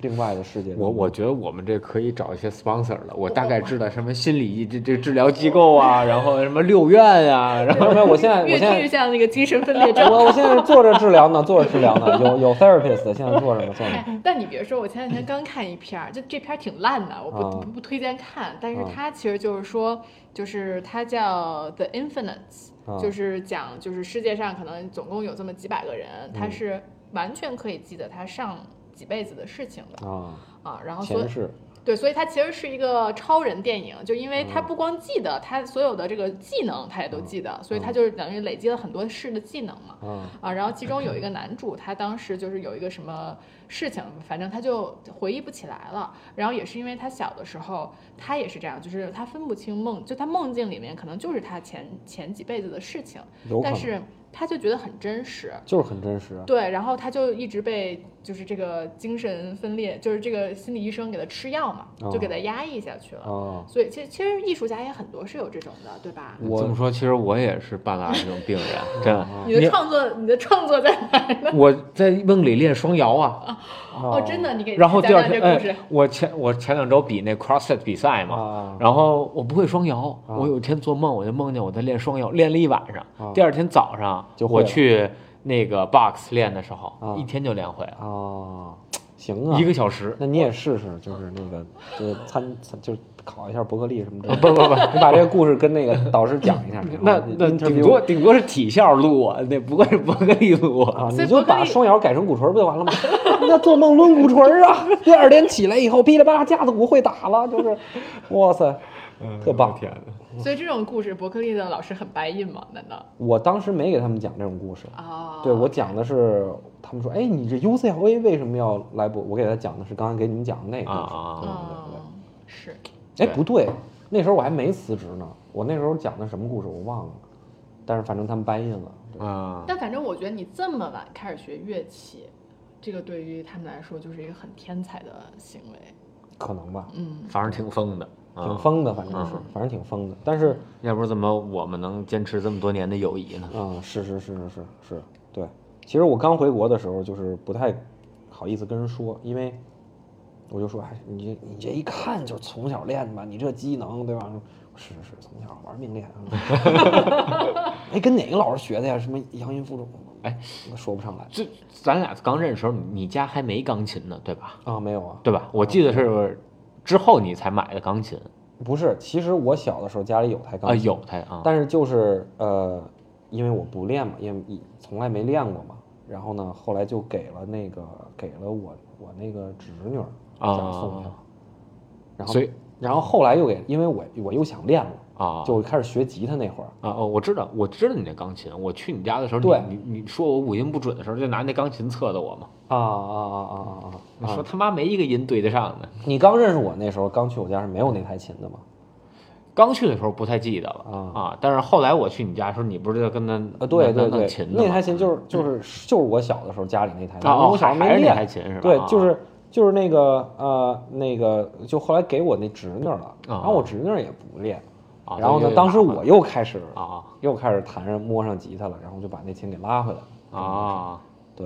另外的世界。 我我觉得我们这可以找一些 sponsor 了，我大概知道什么心理这这治疗机构啊，然后什么六院呀、啊，然后没有，我现在我越现在剧像那个精神分裂症。 我我现在做着治疗呢，做着治疗呢，有有 therapist 现在做什么做什么。 哎，但你别说，我前两天刚看一篇儿，就这篇儿挺烂的，我不、 啊不不推荐看。但是啊它其实就是说，就是它叫 The Infinites，、 啊就是讲就是世界上可能总共有这么几百个人，他是完全可以记得他上几辈子的事情的啊啊。然后所以前世对，所以它其实是一个超人电影，就因为他不光记得他所有的这个技能，他也都记得，所以他就是等于累积了很多世的技能嘛。 啊啊，然后其中有一个男主，他当时就是有一个什么事情，反正他就回忆不起来了。然后也是因为他小的时候，他也是这样，就是他分不清梦，就他梦境里面可能就是他前前几辈子的事情， 有可能但是他就觉得很真实。 就是很真实。 对，然后他就一直被就是这个精神分裂，就是这个心理医生给他吃药嘛，就给他压抑下去了。 哦， 所以其实其实艺术家也很多是有这种的，对吧？ 我这么说，其实我也是半拉这种病人，真的。 你的创作，你的创作在哪儿呢？ 我在梦里练双摇啊， 哦，真的，你给然后第二讲讲天， 这故事哎，我前我前两周比那 CrossFit 比赛嘛， 啊然后我不会双摇， 啊我有一天做梦，我就梦见我在练双摇，练了一晚上， 啊第二天早上就会了我去那个 box 练的时候， 啊一天就练会了， 啊，行啊， 一个小时。 那你也试试，就是那个，就是参参，就是考一下伯克利什么的。 不不不， 你把这个故事跟那个导师讲一下。 那那顶多顶多是体校录我，那不会是伯克利录我。 啊， 所以你就把伯克利双摇改成鼓槌不就完了吗？那做梦抡鼓槌啊！第二天起来以后，噼里啪啦架子鼓会打了，就是，哇塞，特棒！ 天哪！ 所以这种故事，伯克利的老师很白印吗？难道？ 我当时没给他们讲这种故事， 哦， 对我讲的是，他们说，哎，你这 U C L A 为什么要来播？我给他讲的是刚才给你们讲的那个故事。 啊啊对对嗯，是。 对，哎，不对，那时候我还没辞职呢，我那时候讲的什么故事我忘了，但是反正他们掰印了。对啊， 但反正我觉得你这么晚开始学乐器，这个对于他们来说就是一个很天才的行为。 可能吧， 嗯， 反正挺疯的，啊挺疯的，反正是，反正挺疯的。但是， 要不是怎么我们能坚持这么多年的友谊呢？ 嗯，是是是是是是，对。其实我刚回国的时候，就是不太好意思跟人说，因为我就说，哎，你这你这一看就是从小练的吧，你这技能对吧？是是是，从小玩命练。哎，跟哪个老师学的呀？什么阳音附中？ 哎， 我说不上来这咱俩刚认识时候，你家还没钢琴呢，对吧？ 啊，没有啊。 对吧？我记得是之后你才买的钢琴不是，其实我小的时候家里有台啊， 钢琴， 有台啊， 但是就是呃，因为我不练嘛，因为一从来没练过嘛，然后呢，后来就给了那个给了我我那个侄女儿啊家送去了，然后所以然后后来又给，因为我我又想练了， 啊， 就开始学吉他那会儿， 啊哦，我知道，我知道你那钢琴。我去你家的时候， 对你你你说我五音不准的时候，就拿那钢琴测的我嘛。 啊啊啊啊啊你啊！ 说他妈没一个音对得上的。 你刚认识我那时候，刚去我家是没有那台琴的嘛？ 刚去的时候不太记得了啊啊，但是后来我去你家的时候，你不是就跟他啊，对对弄对， 琴的吗那台琴就是就是就是我小的时候家里那台， 啊哦， 我小时候没还是那练， 台琴是吧？ 对， 啊就是就是那个呃那个，就后来给我那侄女了， 啊然后我侄女也不练， 啊然后呢， 就当时我又开始啊又开始弹上摸上吉他了，然后就把那琴给拉回来了。 啊对，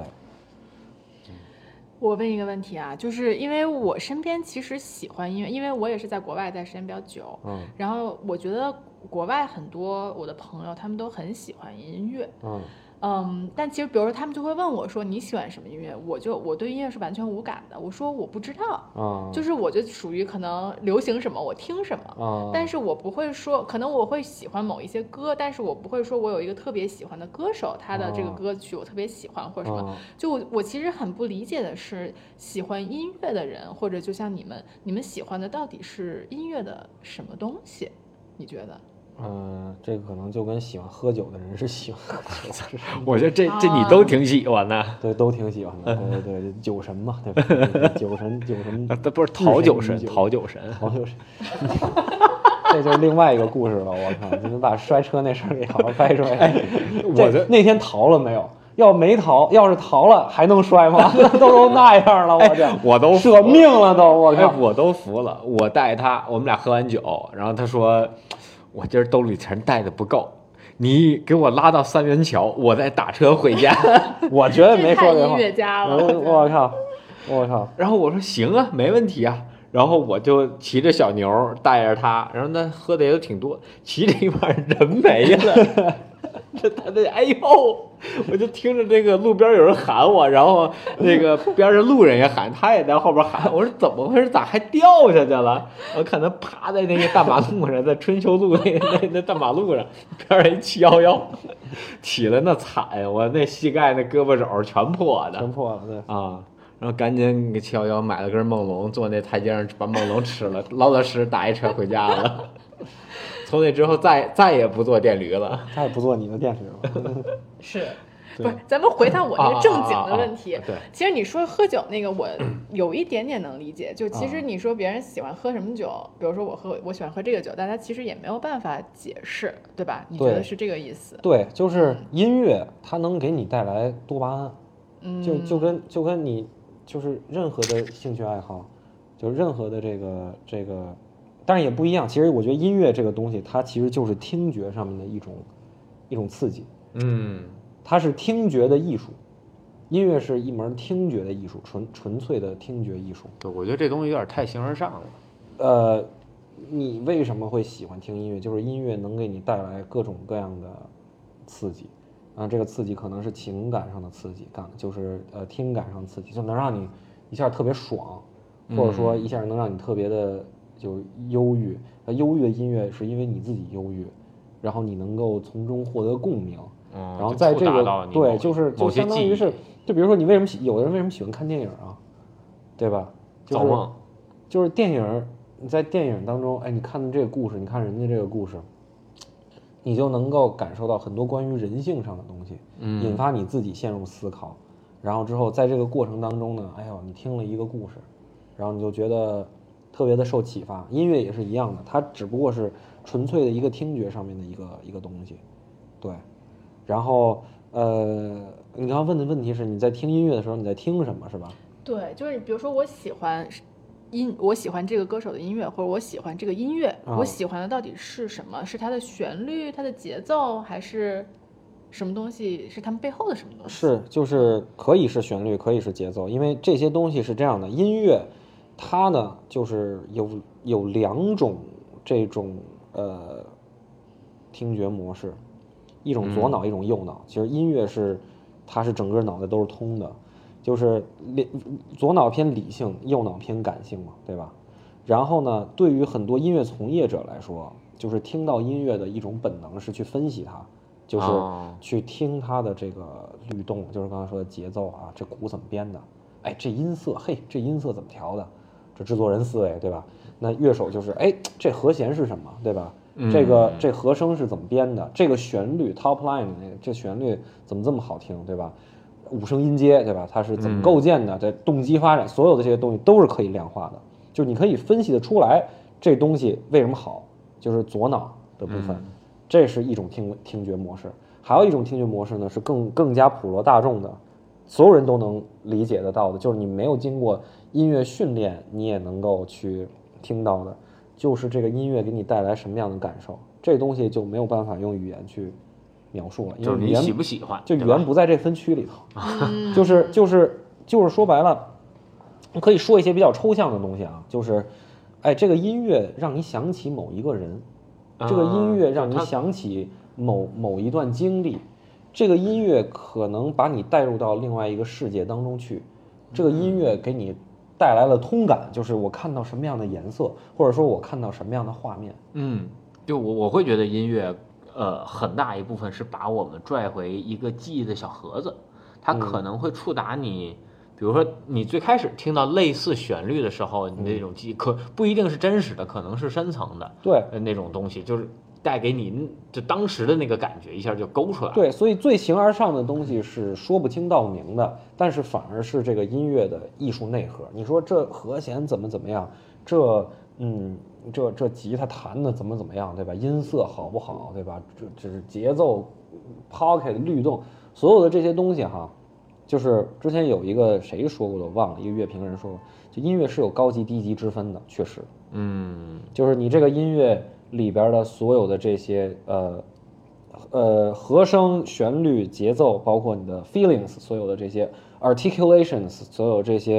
我问一个问题啊，就是因为我身边其实喜欢音乐，因为我也是在国外待时间比较久， 嗯然后我觉得国外很多我的朋友他们都很喜欢音乐， 嗯嗯，但其实比如说他们就会问我说你喜欢什么音乐，我就我对音乐是完全无感的，我说我不知道， 啊， 就是我就属于可能流行什么我听什么， 啊， 但是我不会说，可能我会喜欢某一些歌，但是我不会说我有一个特别喜欢的歌手，他的这个哦歌曲我特别喜欢或者什么。 啊就我我其实很不理解的是，喜欢音乐的人，或者就像你们，你们喜欢的到底是音乐的什么东西？你觉得？ 嗯，这个可能就跟喜欢喝酒的人是喜欢喝酒的人， 我觉得这这你都挺喜欢的。 对，都挺喜欢的，对对对，酒神嘛，对吧？酒神酒神， 啊，他不是讨酒神， 日神讨酒神。 好酒神，这就是另外一个故事了。我靠，你们把摔车那事儿给好好掰出来。 我的这那天逃了没有？要没逃，要是逃了还能摔吗？都都那样了，我这我都舍命了都，我靠！， 哎我都服了。我带他，我们俩喝完酒，然后他说：“我今儿兜里钱带的不够，你给我拉到三元桥，我再打车回家。 我绝对没说这太音这话。 乐家了， 我我靠！ 我靠！ 然后我说行啊，没问题啊。然后我就骑着小牛带着他，然后那喝的也都挺多，骑着一半人没了。这他的哎呦，我就听着这个路边有人喊我，然后那个边上路人也喊，他也在后边喊。我说怎么回事？咋还掉下去了？我看他趴在那个大马路上，在春秋路那那那大马路上，边上一七幺幺，起了那惨呀！我那膝盖那胳膊肘全破的， 全破了，对啊。然后赶紧给七幺幺买了根梦龙，坐那台阶上把梦龙吃了，老老实实打一车回家了。从那之后再再也不坐电驴了， 再也不坐你的电驴了。 是，不是？咱们回到我这个正经的问题。 啊啊啊啊对， 其实你说喝酒那个，我有一点点能理解。就其实你说别人喜欢喝什么酒，比如说我喝我喜欢喝这个酒，但他其实也没有办法解释，对吧？你觉得是这个意思？ 对，就是音乐它能给你带来多巴胺， 嗯， 就就跟就跟你就是任何的兴趣爱好，就任何的这个这个。但是也不一样，其实我觉得音乐这个东西，它其实就是听觉上面的一种一种刺激， 嗯， 它是听觉的艺术，音乐是一门听觉的艺术，纯纯粹的听觉艺术。 对，我觉得这东西有点太形而上了。 呃，你为什么会喜欢听音乐？就是音乐能给你带来各种各样的刺激，啊，这个刺激可能是情感上的刺激，感就是呃听感上的刺激，就能让你一下特别爽，或者说一下能让你特别的。就忧郁，那忧郁的音乐是因为你自己忧郁，然后你能够从中获得共鸣， 嗯， 然后在这个对，就是就相当于是，就比如说你为什么喜有的人为什么喜欢看电影啊，对吧？就是、 造梦， 就是电影，你在电影当中，哎，你看的这个故事，你看人家这个故事，你就能够感受到很多关于人性上的东西， 嗯， 引发你自己陷入思考，然后之后在这个过程当中呢，哎呦，你听了一个故事，然后你就觉得。特别的受启发，音乐也是一样的，它只不过是纯粹的一个听觉上面的一个一个东西，对。然后呃，你刚刚问的问题是你在听音乐的时候你在听什么，是吧？ 对，就是比如说我喜欢音，我喜欢这个歌手的音乐，或者我喜欢这个音乐， 啊、 我喜欢的到底是什么？是它的旋律、它的节奏，还是什么东西？是他们背后的什么东西？ 是，就是可以是旋律，可以是节奏，因为这些东西是这样的，音乐。它呢，就是有有两种这种呃听觉模式，一种左脑，一种右脑。其实音乐是，它是整个脑袋都是通的，就是左脑偏理性，右脑偏感性嘛，对吧？然后呢，对于很多音乐从业者来说，就是听到音乐的一种本能是去分析它，就是去听它的这个律动，就是刚才说的节奏啊，这鼓怎么编的？哎，这音色，嘿，这音色怎么调的？这制作人思维，对吧？那乐手就是，哎，这和弦是什么，对吧？ 嗯、 这个这和声是怎么编的？这个旋律 top line 那个这旋律怎么这么好听，对吧？五声音阶，对吧？它是怎么构建的？这动机发展，所有的这些东西都是可以量化的，就是你可以分析得出来这东西为什么好，就是左脑的部分， 嗯、 这是一种听听觉模式。还有一种听觉模式呢，是更更加普罗大众的。所有人都能理解得到的，就是你没有经过音乐训练，你也能够去听到的，就是这个音乐给你带来什么样的感受，这东西就没有办法用语言去描述了，因为语言喜不喜欢， 就语言不在这分区里头，就是就是就是说白了，可以说一些比较抽象的东西啊，就是，哎，这个音乐让你想起某一个人，这个音乐让你想起某某一段经历。这个音乐可能把你带入到另外一个世界当中去，这个音乐给你带来了通感，就是我看到什么样的颜色，或者说我看到什么样的画面。 嗯，就我我会觉得音乐，呃，很大一部分是把我们拽回一个记忆的小盒子，它可能会触达你，嗯、比如说你最开始听到类似旋律的时候，你那种记忆可不一定是真实的，可能是深层的， 对， 那种东西就是。带给你就当时的那个感觉，一下就勾出来了。 对，所以最形而上的东西是说不清道明的，但是反而是这个音乐的艺术内核。你说这和弦怎么怎么样，这嗯，这这吉他弹的怎么怎么样，对吧？音色好不好，对吧？这这是节奏、pocket 律动，所有的这些东西哈，就是之前有一个谁说过的，我忘了，一个乐评人说过，就音乐是有高级低级之分的，确实， 嗯， 就是你这个音乐。里边的所有的这些呃呃和声、旋律、节奏，包括你的 feelings，所有的这些 articulations，所有这些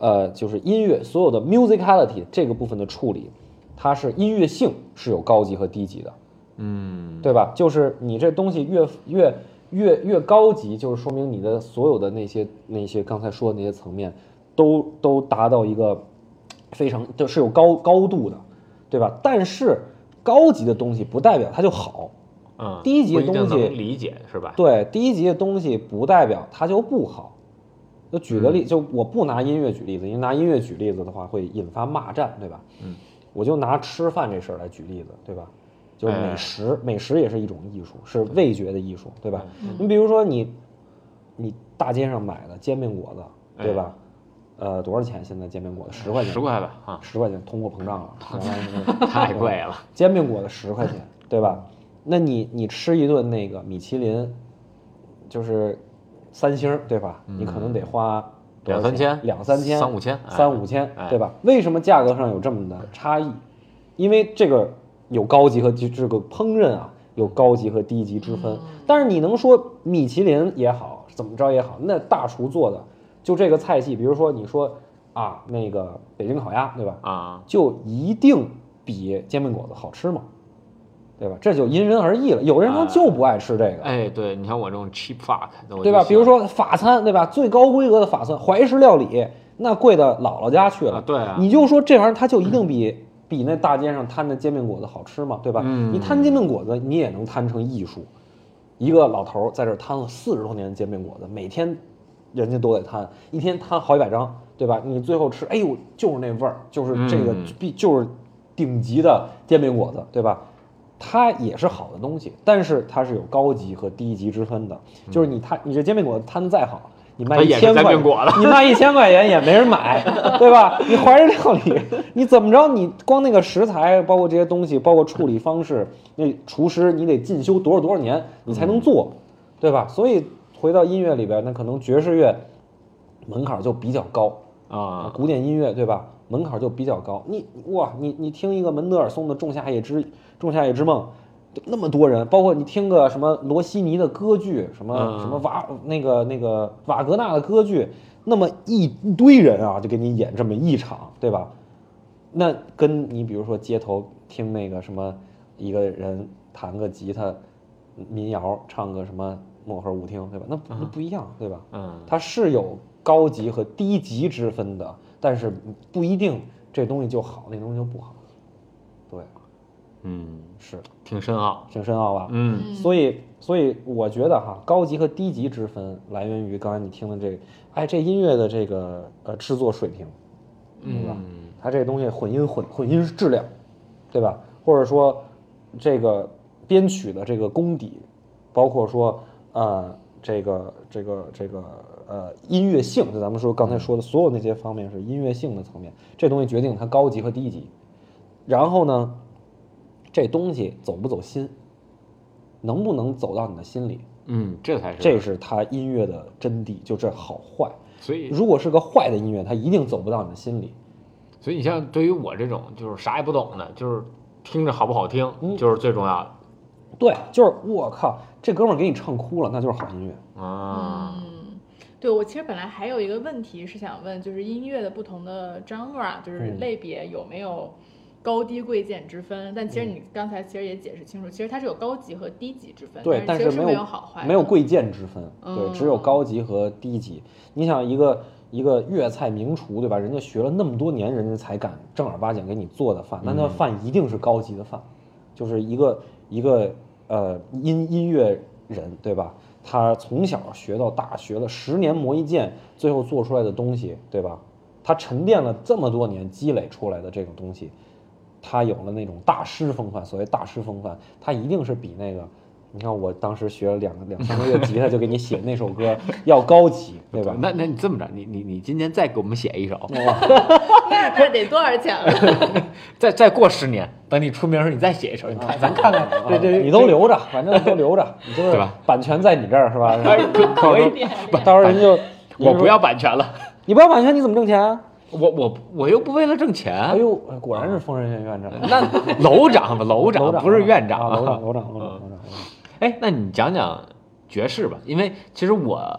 呃，就是音乐所有的 musicality 这个部分的处理，它是音乐性是有高级和低级的， 嗯， 对吧？就是你这东西越越越越高级，就是说明你的所有的那些那些刚才说的那些层面，都都达到一个非常就是有高高度的，对吧？但是高级的东西不代表它就好， 嗯， 低级的东西理解是吧？ 对，低级的东西不代表它就不好。就举个例，就我不拿音乐举例子，因为拿音乐举例子的话会引发骂战，对吧？ 嗯， 我就拿吃饭这事儿来举例子，对吧？就是美食，美食也是一种艺术，是味觉的艺术，对吧？你比如说你，你大街上买的煎饼果子，对吧？呃，多少钱？现在煎饼果子十块钱， 十块吧，啊， 十块钱，通货膨胀了， 太贵了。 煎饼果子十块钱，对吧？那你你吃一顿那个米其林，就是三星，对吧？你可能得花两三千， 两三千， 三五千， 三五千，对吧？为什么价格上有这么的差异？因为这个有高级和这个烹饪啊，有高级和低级之分。但是你能说米其林也好，怎么着也好，那大厨做的就这个菜系，比如说你说啊，那个北京烤鸭，对吧？ 啊， 就一定比煎饼果子好吃吗？对吧？这就因人而异了。有人他就不爱吃这个。 哎，对，你像我这种 cheap fuck， 对吧？比如说法餐，对吧？最高规格的法餐，怀石料理，那贵的姥姥家去了。 啊对啊， 你就说这玩意儿它就一定比、嗯、比那大街上摊的煎饼果子好吃吗？对吧？ 嗯、 你摊煎饼果子，你也能摊成艺术。一个老头在这摊了四十多年的煎饼果子，每天人家都得摊，一天摊好几百张，对吧？你最后吃，哎呦，就是那味儿，就是这个必、嗯、就是顶级的煎饼果子，对吧？它也是好的东西，但是它是有高级和低级之分的。就是你摊你这煎饼果子摊的再好，你卖一千块，你卖一千块钱也没人买，对吧？你怀石料理，你怎么着？你光那个食材，包括这些东西，包括处理方式，那厨师你得进修多少多少年，你才能做，对吧？所以回到音乐里边，那可能爵士乐门槛就比较高啊， 古典音乐对吧？门槛就比较高。你哇，你你听一个门德尔松的《仲夏夜之仲夏夜之梦》，那么多人，包括你听个什么罗西尼的歌剧，什么、嗯、什么瓦那个那个瓦格纳的歌剧，那么一堆人啊，就给你演这么一场，对吧？那跟你比如说街头听那个什么一个人弹个吉他民谣，唱个什么漠河舞厅，对吧？那那不一样，对吧？ 嗯， 它是有高级和低级之分的。但是不一定这东西就好，那东西就不好。对， 嗯， 是挺深奥， 挺深奥吧？ 嗯， 所以所以我觉得哈，高级和低级之分来源于刚才你听的这个，哎，这音乐的这个呃制作水平，对吧？ 嗯， 它这东西混音混混音质量，对吧？或者说这个编曲的这个功底，包括说呃这个这个这个。呃，音乐性，就咱们说刚才说的所有那些方面是音乐性的层面，这东西决定它高级和低级。然后呢，这东西走不走心，能不能走到你的心里？ 嗯，这才是， 这是它音乐的真谛，就这好坏。 所以， 如果是个坏的音乐，它一定走不到你的心里。 所以你像对于我这种就是啥也不懂的，就是听着好不好听，嗯、就是最重要的。 对，就是我靠，这哥们儿给你唱哭了，那就是好音乐啊。 嗯对，我其实本来还有一个问题是想问，就是音乐的不同的 genre， 就是类别有没有高低贵贱之分？但其实你刚才其实也解释清楚，其实它是有高级和低级之分。 对，但是没有好坏， 没有贵贱之分。 嗯、 对，只有高级和低级。你想一个一个粤菜名厨，对吧？人家学了那么多年，人家才敢正儿八经给你做的饭，那那饭一定是高级的饭，就是一个一个呃音音乐人，对吧？他从小学到大，学了十年磨一剑，最后做出来的东西，对吧？他沉淀了这么多年积累出来的这种东西，他有了那种大师风范。所谓大师风范，他一定是比那个，你看我当时学了两个两三个月吉他就给你写那首歌要高级，对吧？ 那那你这么着，你你你今天再给我们写一首， 那那得多少钱了？ 再再过十年，等你出名时你再写一首，你看咱看看，这这你都留着，反正都留着，你就是版权在你这儿是吧？ 可可以， 到时候人就我不要版权了， 你不要版权你怎么挣钱啊？ 我我我又不为了挣钱。 哎呦，果然是疯人院院长。 那楼长吧，楼长不是院长， 楼长楼长楼长楼长。 哎，那你讲讲爵士吧，因为其实我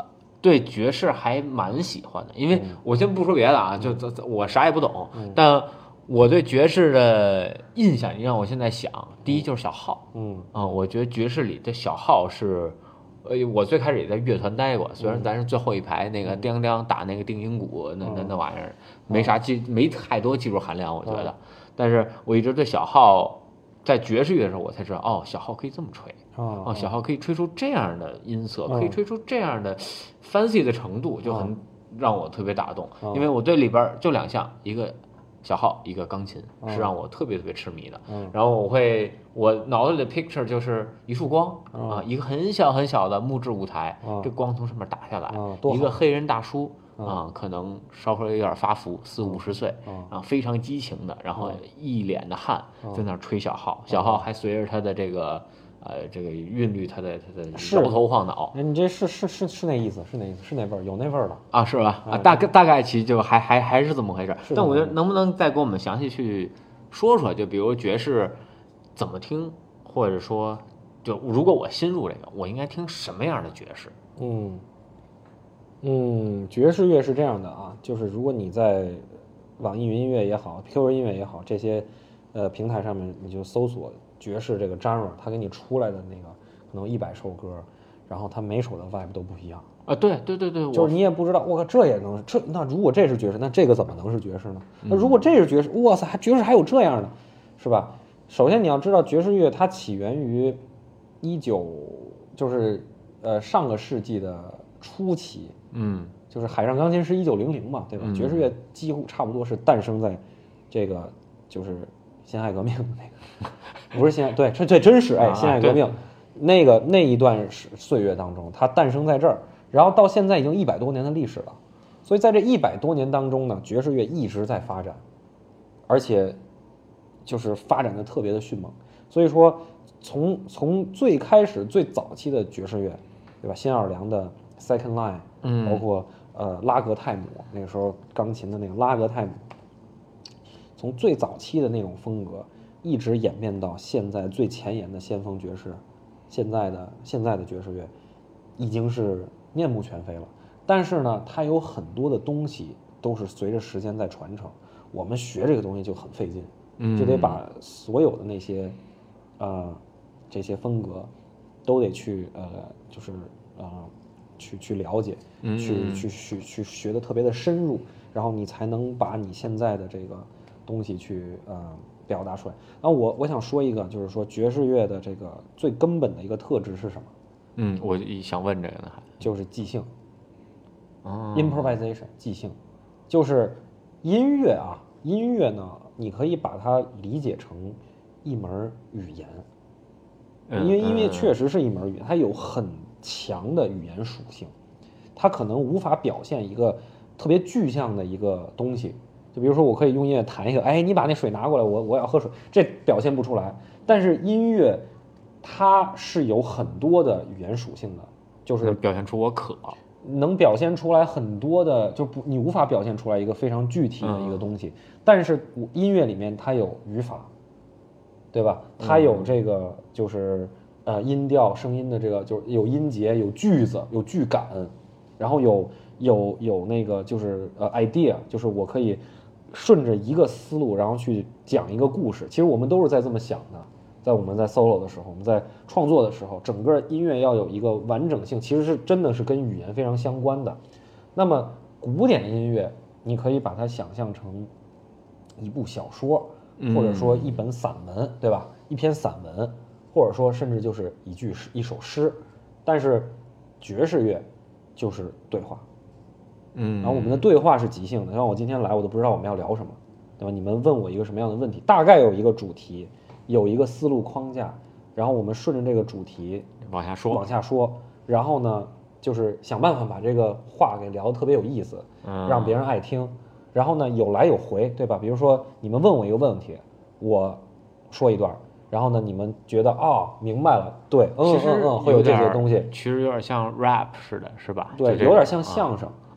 对爵士还蛮喜欢的，因为我先不说别的啊，就我啥也不懂，但我对爵士的印象，你让我现在想，第一就是小号， 嗯啊，我觉得爵士里的小号是。呃，我最开始也在乐团待过，虽然咱是最后一排那个叮叮打那个定音鼓，那那那玩意儿没啥技，没太多技术含量，我觉得。但是我一直对小号，在爵士乐的时候，我才知道，哦，小号可以这么吹，哦，小号可以吹出这样的音色，可以吹出这样的 fancy 的程度，就很让我特别打动。因为我对里边就两项，一个小号，一个钢琴，是让我特别特别痴迷的。然后我会，我脑子里的 picture 就是一束光啊，一个很小很小的木质舞台，这光从上面打下来，一个黑人大叔啊，可能稍微有点发福，四五十岁，然后非常激情的，然后一脸的汗在那吹小号，小号还随着他的这个。呃，这个韵律，它的它的摇头晃脑， 你这是是是是那意思，是那意思，是那味儿，有那味儿了啊，是吧？啊，大概大概其实就还还还是这么回事。但我觉得能不能再给我们详细去说说，就比如爵士怎么听，或者说，就如果我新入这个，我应该听什么样的爵士？ 嗯嗯，爵士乐是这样的啊，就是如果你在网易云音乐也好 ，Q Q 音乐也好，这些呃平台上面，你就搜索。爵士这个 genre， 它给你出来的那个可能一百首歌，然后它每首的 vibe 都不一样啊。对对对对， 就是你也不知道，我靠，这也能这那如果这是爵士，那这个怎么能是爵士呢？那如果这是爵士，哇塞，爵士还有这样的，是吧？首先你要知道，爵士乐它起源于一九，就是呃上个世纪的初期， 嗯， 就是海上钢琴是一九零零嘛，对吧？ 嗯、 爵士乐几乎差不多是诞生在这个就是辛亥革命的那个。不是辛亥，对，这这真是哎，辛亥革命，啊、那个那一段岁月当中，它诞生在这儿，然后到现在已经一百多年的历史了，所以在这一百多年当中呢，爵士乐一直在发展，而且就是发展的特别的迅猛。所以说，从从最开始最早期的爵士乐，对吧？新奥尔良的 Second Line， 嗯， 包括呃拉格泰姆那个时候钢琴的那个拉格泰姆，从最早期的那种风格。一直演变到现在最前沿的先锋爵士，现在的现在的爵士乐已经是面目全非了。但是呢，它有很多的东西都是随着时间在传承。我们学这个东西就很费劲，就得把所有的那些呃这些风格都得去呃就是呃去去了解，去去去去学的特别的深入，然后你才能把你现在的这个东西去呃。表达出来。然后我我想说一个，就是说爵士乐的这个最根本的一个特质是什么？ 嗯，我想问这个呢， 就是即兴。 哦 ，improvisation， 即兴，就是音乐啊，音乐呢，你可以把它理解成一门语言，因为音乐确实是一门语言，它有很强的语言属性，它可能无法表现一个特别具象的一个东西。就比如说，我可以用音乐弹一个，哎，你把那水拿过来，我我要喝水，这表现不出来。但是音乐，它是有很多的语言属性的，就是表现出我渴， 能表现出来很多的，就不你无法表现出来一个非常具体的一个东西。嗯、但是音乐里面它有语法，对吧？它有这个就是呃音调、声音的这个，就是有音节、有句子、有句感，然后有有有那个就是呃 idea， 就是我可以。顺着一个思路，然后去讲一个故事。其实我们都是在这么想的，在我们在 solo 的时候，我们在创作的时候，整个音乐要有一个完整性，其实是真的是跟语言非常相关的。那么古典音乐，你可以把它想象成一部小说，或者说一本散文，对吧？一篇散文，或者说甚至就是一句诗、一首诗。但是爵士乐就是对话。 嗯， 然后我们的对话是即兴的，像我今天来，我都不知道我们要聊什么，对吧？你们问我一个什么样的问题，大概有一个主题，有一个思路框架，然后我们顺着这个主题往下说， 往下说，然后呢，就是想办法把这个话给聊得特别有意思，让别人爱听，然后呢有来有回，对吧？比如说你们问我一个问题，我说一段，然后呢你们觉得哦明白了，对，嗯嗯嗯，会有这些东西， 其实有点像 rap 似的，是吧？ 对，有点像相声。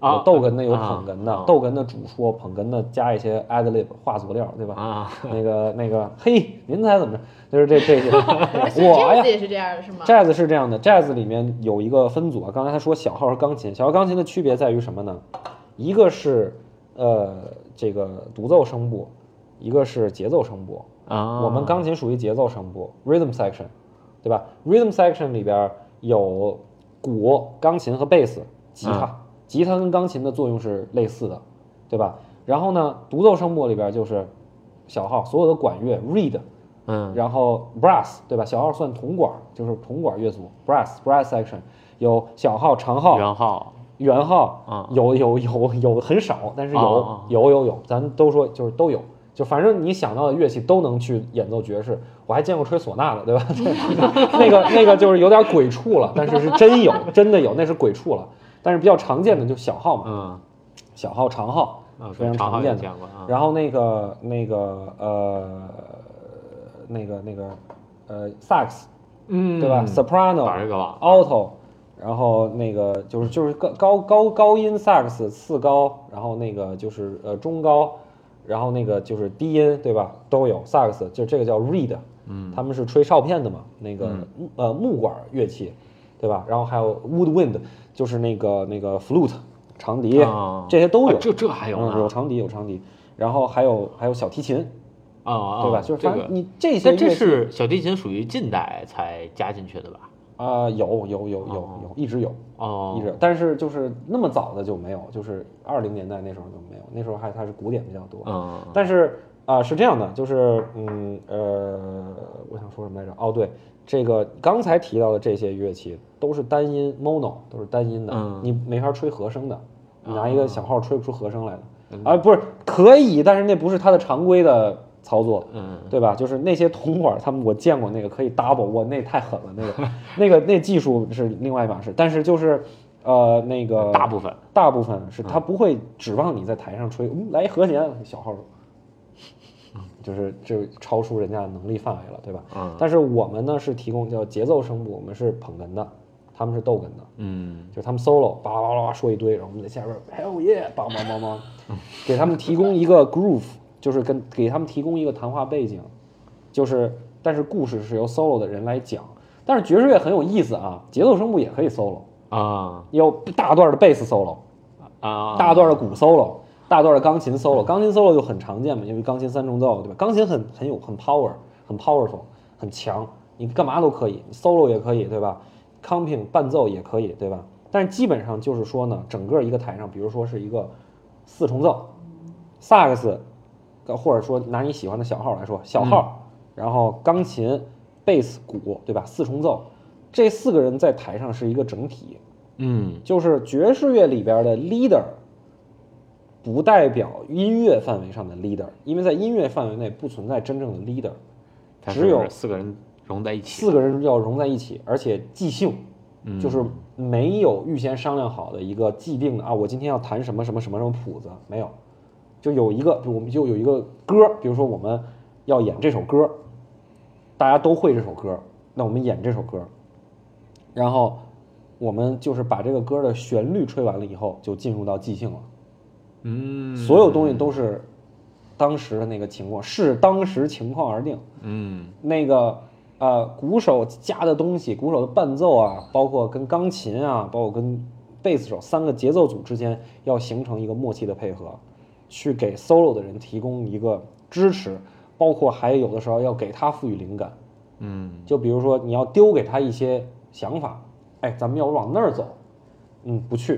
有逗哏的，有啊捧哏的， 啊逗哏的主说，捧哏的加一些 ad lib 话佐料，对吧？ 啊， 那个那个，嘿，您猜怎么着？就是这这些， 是我呀 jazz 也是这样的是吗？ ，jazz 是这样的，jazz 里面有一个分组啊。刚才他说小号和钢琴，小号钢琴的区别在于什么呢？一个是呃这个独奏声部，一个是节奏声部。 啊， 我们钢琴属于节奏声部 （rhythm section）， 对吧 ？rhythm section 里边有鼓、钢琴和贝斯、吉他。 嗯吉他跟钢琴的作用是类似的，对吧？然后呢，独奏声部里边就是小号，所有的管乐 reed， 嗯， 然后 brass， 对吧？小号算铜管，就是铜管乐组 brass brass section， 有小号、长号、 圆号圆号， 啊有有有有很少，但是有、 哦有有有，咱都说就是都有，就反正你想到的乐器都能去演奏爵士。我还见过吹唢呐的，对吧？那个那个就是有点鬼畜了，但是是真有，真的有，那是鬼畜了。但是比较常见的就小号嘛， 嗯， 小号、长号， 啊非常长号也常见的。 见过啊， 然后那个那个呃那个那个呃萨克斯， 嗯， 对吧？soprano、 把这个忘了 alto，然后那个就是就是高高高高音萨克斯次高，然后那个就是呃中高，然后那个就是低音，对吧？都有萨克斯，就这个叫 reed，嗯，他们是吹哨片的嘛，那个、 嗯、 呃木管乐器，对吧？然后还有 woodwind，就是那个那个 flute 长笛， 啊这些都有， 啊这这还有呢嗯，有长笛有长笛，然后还有还有小提琴， 啊啊， 对吧？就是这个反正你这些但这乐器是小提琴属于近代才加进去的吧？ 啊、有有有有哦有，一直有。 哦一，直，但是就是那么早的就没有，就是二零年代那时候就没有，那时候还它是古典比较多。 嗯， 但是啊、是这样的，就是嗯呃，我想说什么来着？哦，对，这个刚才提到的这些乐器都是单音 mono，都是单音的， 嗯你没法吹和声的，你拿一个小号吹不出和声来的。 嗯啊，不是可以，但是那不是它的常规的操作。 嗯， 对吧？就是那些铜管，他们我见过那个可以 double，我那太狠了，那个那个那技术是另外一码事。但是就是呃那个大部分大部分是他不会指望你在台上吹，嗯，来一和弦，小号，就是这超出人家的能力范围了，对吧？ 嗯但是我们呢是提供叫节奏声部，我们是捧哏的，他们是逗哏的。 嗯就是他们 solo 巴拉巴拉巴拉说一堆，然后我们在下边 hell yeah，梆梆梆梆，给他们提供一个 groove，就是跟给他们提供一个谈话背景，就是但是故事是由 solo 的人来讲。但是爵士乐很有意思啊，节奏声部也可以 solo， 啊有大段的贝斯 solo， 啊， 大段的鼓 solo，大段的钢琴 solo，钢琴 solo 就很常见嘛，因为钢琴三重奏，对吧？钢琴很很有很 power，很 powerful，很强，你干嘛都可以，solo 也可以，对吧？comping 伴奏也可以，对吧？但是基本上就是说呢，整个一个台上，比如说是一个四重奏，萨克斯，或者说拿你喜欢的小号来说，小号，然后钢琴、贝斯、鼓，对吧？四重奏，这四个人在台上是一个整体， 嗯就是爵士乐里边的 leader，不代表音乐范围上的 leader，因为在音乐范围内不存在真正的 leader， 它只有是四个人融在一起， 四个人要融在一起，而且即兴，就是没有预先商量好的一个既定的啊，我今天要弹什么什么什么什么谱子，没有，就有一个，我们就有一个歌，比如说我们要演这首歌，大家都会这首歌，那我们演这首歌，然后我们就是把这个歌的旋律吹完了以后，就进入到即兴了。 嗯， 所有东西都是当时的那个情况，视当时情况而定。 嗯那个呃，鼓手加的东西，鼓手的伴奏啊，包括跟钢琴啊，包括跟贝斯手三个节奏组之间要形成一个默契的配合，去给 solo 的人提供一个支持，包括还有的时候要给他赋予灵感。 嗯就比如说你要丢给他一些想法，哎，咱们要往那儿走，嗯，不去。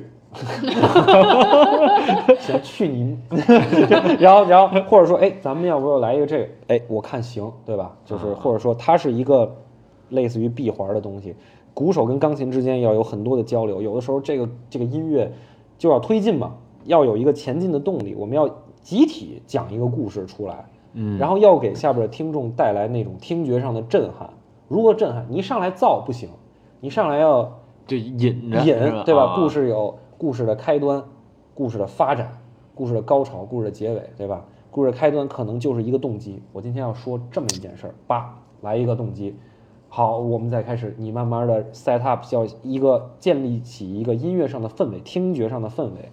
行，去你，然后然后或者说，哎，咱们要不要来一个这个？哎，我看行，对吧？就是或者说，它是一个类似于闭环的东西，鼓手跟钢琴之间要有很多的交流，有的时候这个这个音乐就要推进嘛，要有一个前进的动力，我们要集体讲一个故事出来， 嗯， 然后要给下边的听众带来那种听觉上的震撼。如何震撼？你一上来造不行，你上来要就引着引，对吧？ 啊故事有故事的开端，故事的发展，故事的高潮，故事的结尾，对吧？故事的开端可能就是一个动机，我今天要说这么一件事儿，叭，来一个动机，好，我们再开始，你慢慢的 set up，叫一个建立起一个音乐上的氛围，听觉上的氛围，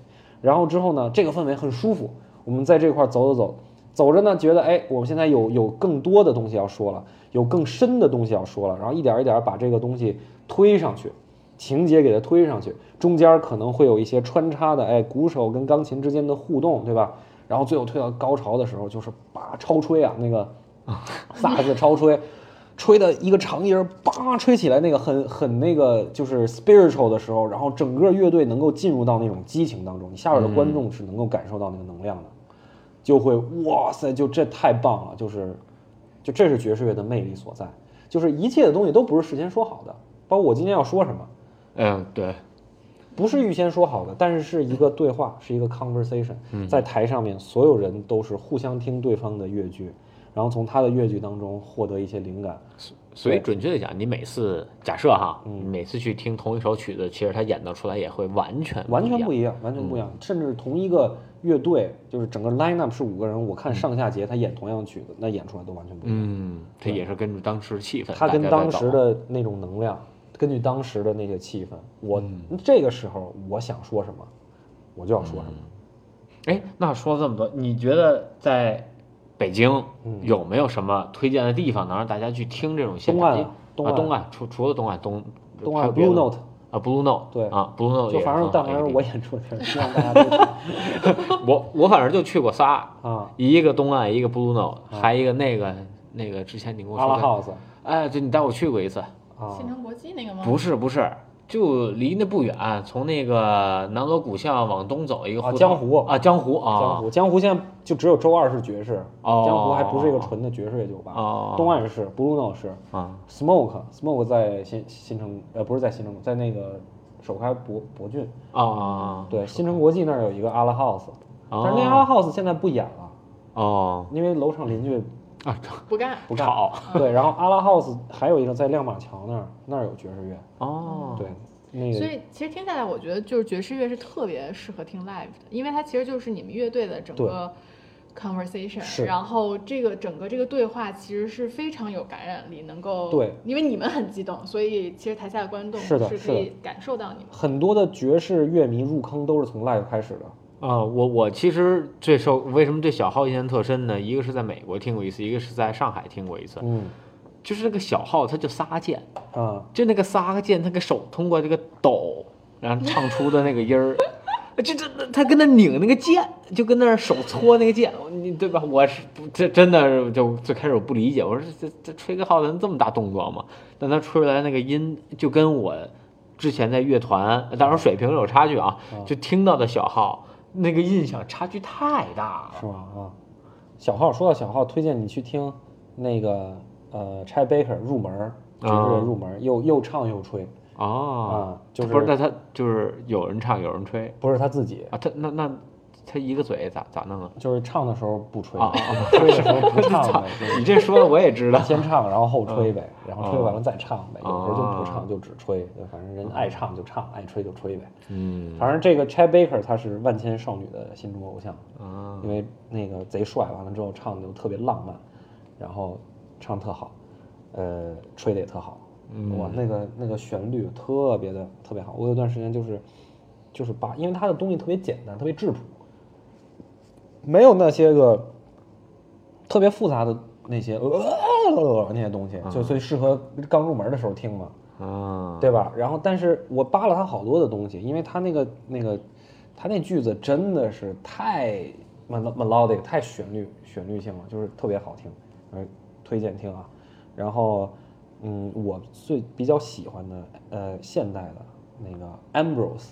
然后之后呢，这个氛围很舒服，我们在这块走走走，走着呢，觉得哎，我们现在有有更多的东西要说了，有更深的东西要说了，然后一点一点把这个东西推上去，情节给它推上去，中间可能会有一些穿插的，哎，鼓手跟钢琴之间的互动，对吧？然后最后推到高潮的时候，就是叭超吹啊，那个萨克斯超吹。吹的一个长音儿，叭吹起来，那个很很那个就是 spiritual 的时候，然后整个乐队能够进入到那种激情当中，你下边的观众是能够感受到那个能量的，就会哇塞，就这太棒了，就是就这是爵士乐的魅力所在，就是一切的东西都不是事先说好的，包括我今天要说什么， 嗯，对， 不是预先说好的，但是是一个对话，是一个 conversation，在台上面所有人都是互相听对方的乐句。然后从他的乐句当中获得一些灵感， 所以准确的讲，你每次假设哈，嗯，每次去听同一首曲子，其实他演奏出来也会完全完全不一样，完全不一样。嗯、甚至同一个乐队，就是整个 line-up 是五个人，我看上下节他演同样的曲子，那演出来都完全不一样。 嗯，他也是根据当时气氛， 他跟当时的那种能量，根据当时的那些气氛，我、嗯、这个时候我想说什么，我就要说什么。 哎、嗯，那说了这么多，你觉得在北京有没有什么推荐的地方能让大家去听这种现场？ 东岸， 东岸，除除了东岸，东东岸 Blue Note 啊 ，Blue Note 对啊 ，Blue Note 就反正但凡是我演出的，希望大家都我我反正就去过仨啊， 一个东岸，一个 Blue Note，、啊、还一个那个那个之前你跟我说阿拉 House， 哎，对，你带我去过一次啊，新城国际那个吗？ 不是不是。就离那不远，从那个南锣鼓巷往东走一个胡同、 啊、江湖啊，江湖啊， 江湖，江湖现在就只有周二是爵士，哦、江湖还不是一个纯的爵士乐酒吧。 哦、 东岸是 Blue Note 是啊 ，Smoke Smoke 在新新城呃不是在新城，在那个首开博博郡啊， 对，新城国际那儿有一个阿拉 House，、哦、但是那阿拉 House 现在不演了哦， 因为楼上邻居啊不干不干吵， 对，然后阿拉 House 还有一个在亮马桥那儿，那儿有爵士乐哦， 对。那个、 所以其实听下来，我觉得就是爵士乐是特别适合听 live 的，因为它其实就是你们乐队的整个 conversation， 然后这个整个这个对话其实是非常有感染力，能够对， 因为你们很激动，所以其实台下的观众是的是可以感受到你们。 很多的爵士乐迷入坑都是从 live 开始的。 啊、呃，我我其实最受为什么对小号印象特深呢？一个是在美国听过一次，一个是在上海听过一次。 嗯。 就是那个小号，他就仨个键啊， 就那个仨个键，他个手通过这个抖，然后唱出的那个音儿，这这他跟那拧那个键，就跟那手搓那个键，你对吧？我是这真的就最开始我不理解，我说这这吹个号能这么大动作吗？但他吹出来那个音，就跟我之前在乐团，当然水平有差距啊，就听到的小号那个印象差距太大了， 是吧？啊，小号说到小号，推荐你去听那个。呃 ，Chet Baker 入门，爵士乐入门，啊、又又唱又吹啊啊，就是不是那他就是有人唱有人吹， 不是他自己啊，他那那他一个嘴咋咋弄啊？ 就是唱的时候不吹， 啊、 吹的时候不唱呗。 你这说的我也知道， 先唱然后后吹呗，然后吹完了再唱呗，有时候就不唱就只吹，反正人爱唱就唱，爱吹就吹呗。 嗯， 反正这个 Chet Baker 他是万千少女的心中偶像啊， 因为那个贼帅，完了之后唱的就特别浪漫，然后。唱特好，呃，吹的也特好， 嗯、 哇，那个那个旋律特别的特别好。我有段时间就是，就是把，因为他的东西特别简单，特别质朴，没有那些个特别复杂的那些呃那些东西，就所以适合刚入门的时候听嘛， 啊， 对吧？然后，但是我扒了他好多的东西，因为他那个那个他那句子真的是太 melodic， 太旋律旋律性了，就是特别好听，呃。推荐听啊，然后，嗯，我最比较喜欢的呃现代的那个 Ambrose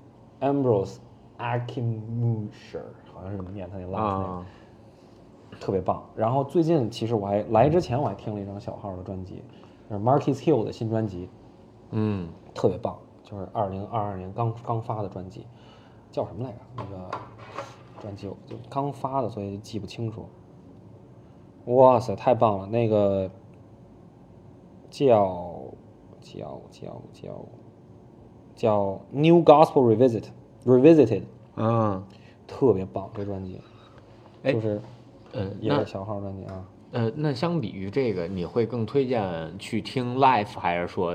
Ambrose Akinmusher 好像是这么念他那 last name，、啊、特别棒。然后最近其实我还来之前我还听了一张小号的专辑，是 Marquis Hill 的新专辑， 嗯， 特别棒，就是二零二二年刚刚发的专辑，叫什么来着？那个专辑我就刚发的，所以记不清楚。哇塞，太棒了！那个叫叫叫叫叫 New Gospel Revisit Revisited， 嗯， 特别棒，这专辑，就是呃也是小号专辑啊。 呃，那相比于这个，你会更推荐去听 live， 还是说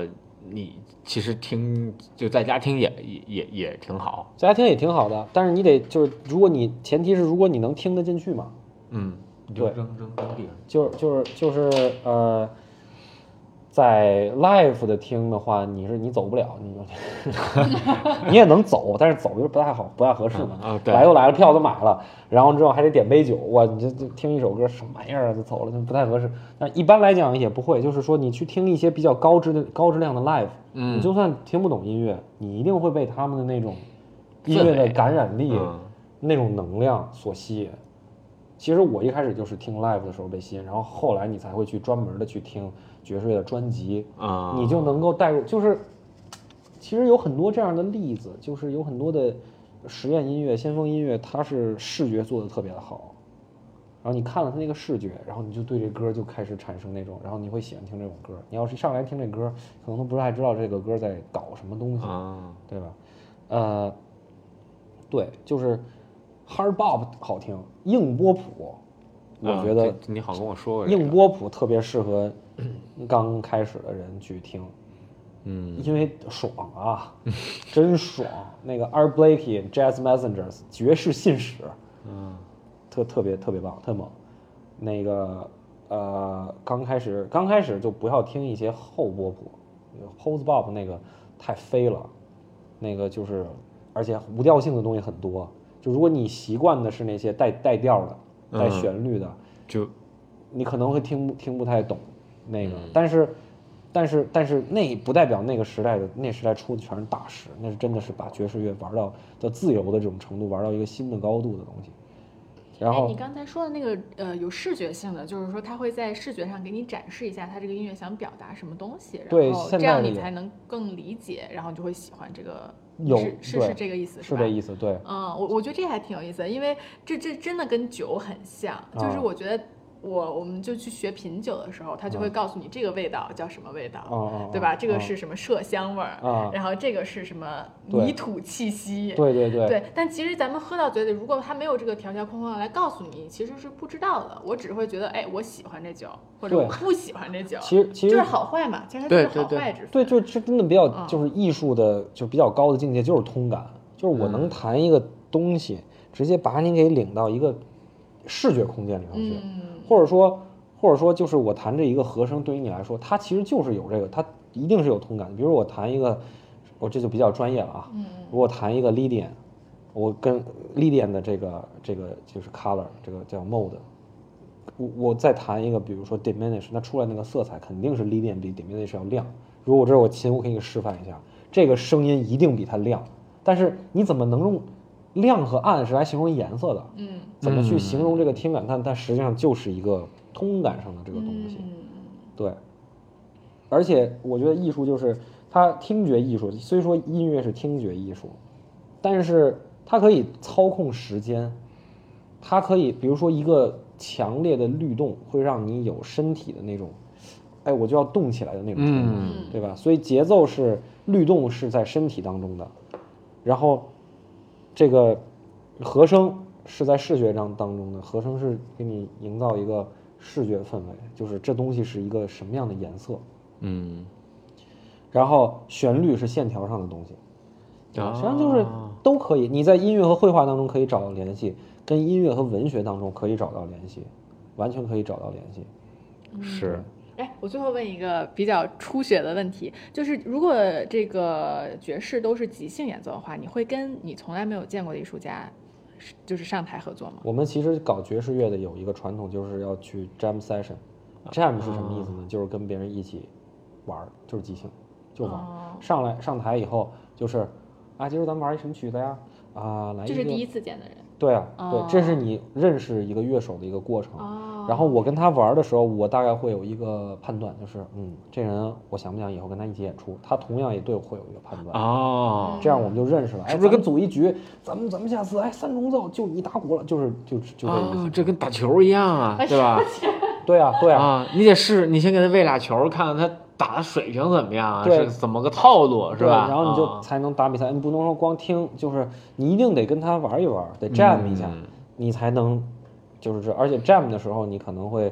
你其实听就在家听也也也也挺好， 在家听也挺好的，但是你得就是如果你前提是如果你能听得进去嘛， 嗯， 对， 扔扔扔地上， 就是就是就是呃。在 live 的听的话，你是你走不了，你你也能走，但是走就不太好，不太合适嘛。 啊，对， 来都来了，票都买了，然后之后还得点杯酒，哇，你这这听一首歌什么玩意儿啊，就走了，就不太合适。但一般来讲也不会，就是说你去听一些比较高质的高质量的 live， 嗯， 你就算听不懂音乐，你一定会被他们的那种音乐的感染力、 嗯、 那种能量所吸引。其实我一开始就是听 live 的时候被吸引，然后后来你才会去专门的去听爵士乐的专辑啊， 你就能够带入。就是其实有很多这样的例子，就是有很多的实验音乐、先锋音乐，它是视觉做的特别的好，然后你看了它那个视觉，然后你就对这歌就开始产生那种，然后你会喜欢听这种歌。你要是上来听这歌，可能都不太知道这个歌在搞什么东西， 啊， 对吧？呃，对，就是。Hard bop 好听，硬波普，我觉得、 啊、你好跟我说过、 这个，硬波普特别适合刚开始的人去听， 嗯， 因为爽啊，真爽。那个 Art Blakey Jazz Messengers 爵士信使， 嗯， 特特别特别棒，特猛。那个呃，刚开始刚开始就不要听一些后波普 ，Post bop 那个太飞了，那个就是而且无调性的东西很多。就如果你习惯的是那些带带调的、带旋律的， 嗯、就你可能会听听不太懂那个。嗯、但是，但是，但是那不代表那个时代的那时代出的全是大师，那是真的是把爵士乐玩到的自由的这种程度，玩到一个新的高度的东西。然后你刚才说的那个呃有视觉性的，就是说他会在视觉上给你展示一下他这个音乐想表达什么东西，然后这样你才能更理解，然后你就会喜欢这个。 有是是是这个意思， 是这意思，对。 嗯，我我觉得这还挺有意思的，因为这这真的跟酒很像，就是我觉得我我们就去学品酒的时候，他就会告诉你这个味道叫什么味道， 啊、 对吧？这个是什么麝香味儿， 啊、 然后这个是什么泥土气息， 对对对对。但其实咱们喝到嘴里，如果他没有这个条条框框来告诉你，其实是不知道的。我只会觉得，哎，我喜欢这酒，或者我不喜欢这酒， 其实其实就是好坏嘛，其实它就是好坏之分。 对，就是真的比较就是艺术的，就比较高的境界就是通感，就是我能弹一个东西，嗯、直接把你给领到一个视觉空间里头去， 嗯、 或者说。或者说，就是我弹这一个和声，对于你来说，它其实就是有这个，它一定是有通感的。比如我弹一个，我这就比较专业了啊。 嗯。 如果弹一个 Lydian， 我跟 Lydian 的这个这个就是 color， 这个叫 mode， 我我再弹一个，比如说 diminish， 那出来那个色彩肯定是 Lydian 比 diminish 要亮。如果这是我琴，我给你示范一下，这个声音一定比它亮。但是你怎么能用亮和暗是来形容颜色的？ 嗯。 怎么去形容这个听感？它它实际上就是一个。通感上的这个东西， 嗯、 对，而且我觉得艺术就是它听觉艺术，虽说音乐是听觉艺术，但是它可以操控时间，它可以比如说一个强烈的律动会让你有身体的那种，哎，我就要动起来的那种程度， 嗯、 对吧？所以节奏是律动是在身体当中的，然后这个和声是在视觉当当中的，和声是给你营造一个。视觉氛围就是这东西是一个什么样的颜色， 嗯， 然后旋律是线条上的东西， 啊， 实际上就是都可以。你在音乐和绘画当中可以找到联系，跟音乐和文学当中可以找到联系，完全可以找到联系。 是。 哎，我最后问一个比较初学的问题，就是如果这个爵士都是即兴演奏的话，你会跟你从来没有见过的艺术家？就是上台合作吗？ 我们其实搞爵士乐的有一个传统，就是要去 jam session。jam 是什么意思呢？就是跟别人一起玩，就是即兴，就玩。 哦、 上来上台以后，就是啊，今儿咱们玩一什么曲子呀？啊，来一个。 这是第一次见的人。 对啊， 哦、 对，这是你认识一个乐手的一个过程。 哦、 然后我跟他玩的时候，我大概会有一个判断，就是嗯，这人我想不想以后跟他一起演出？他同样也对我会有一个判断。 哦， 这样我们就认识了。哎， 是不是跟组一局？咱们咱们下次哎三重奏就你打鼓了，就是就就这意思。 哦，这跟打球一样啊，对吧？ 对啊，对啊。 啊，你得试，你先给他喂俩球，看看他打的水平怎么样啊？是怎么个套路，是吧？ 然后你就才能打比赛。你不能说光听，就是你一定得跟他玩一玩，得 jam 一下， 嗯、 你才能就是这。而且 jam 的时候，你可能会，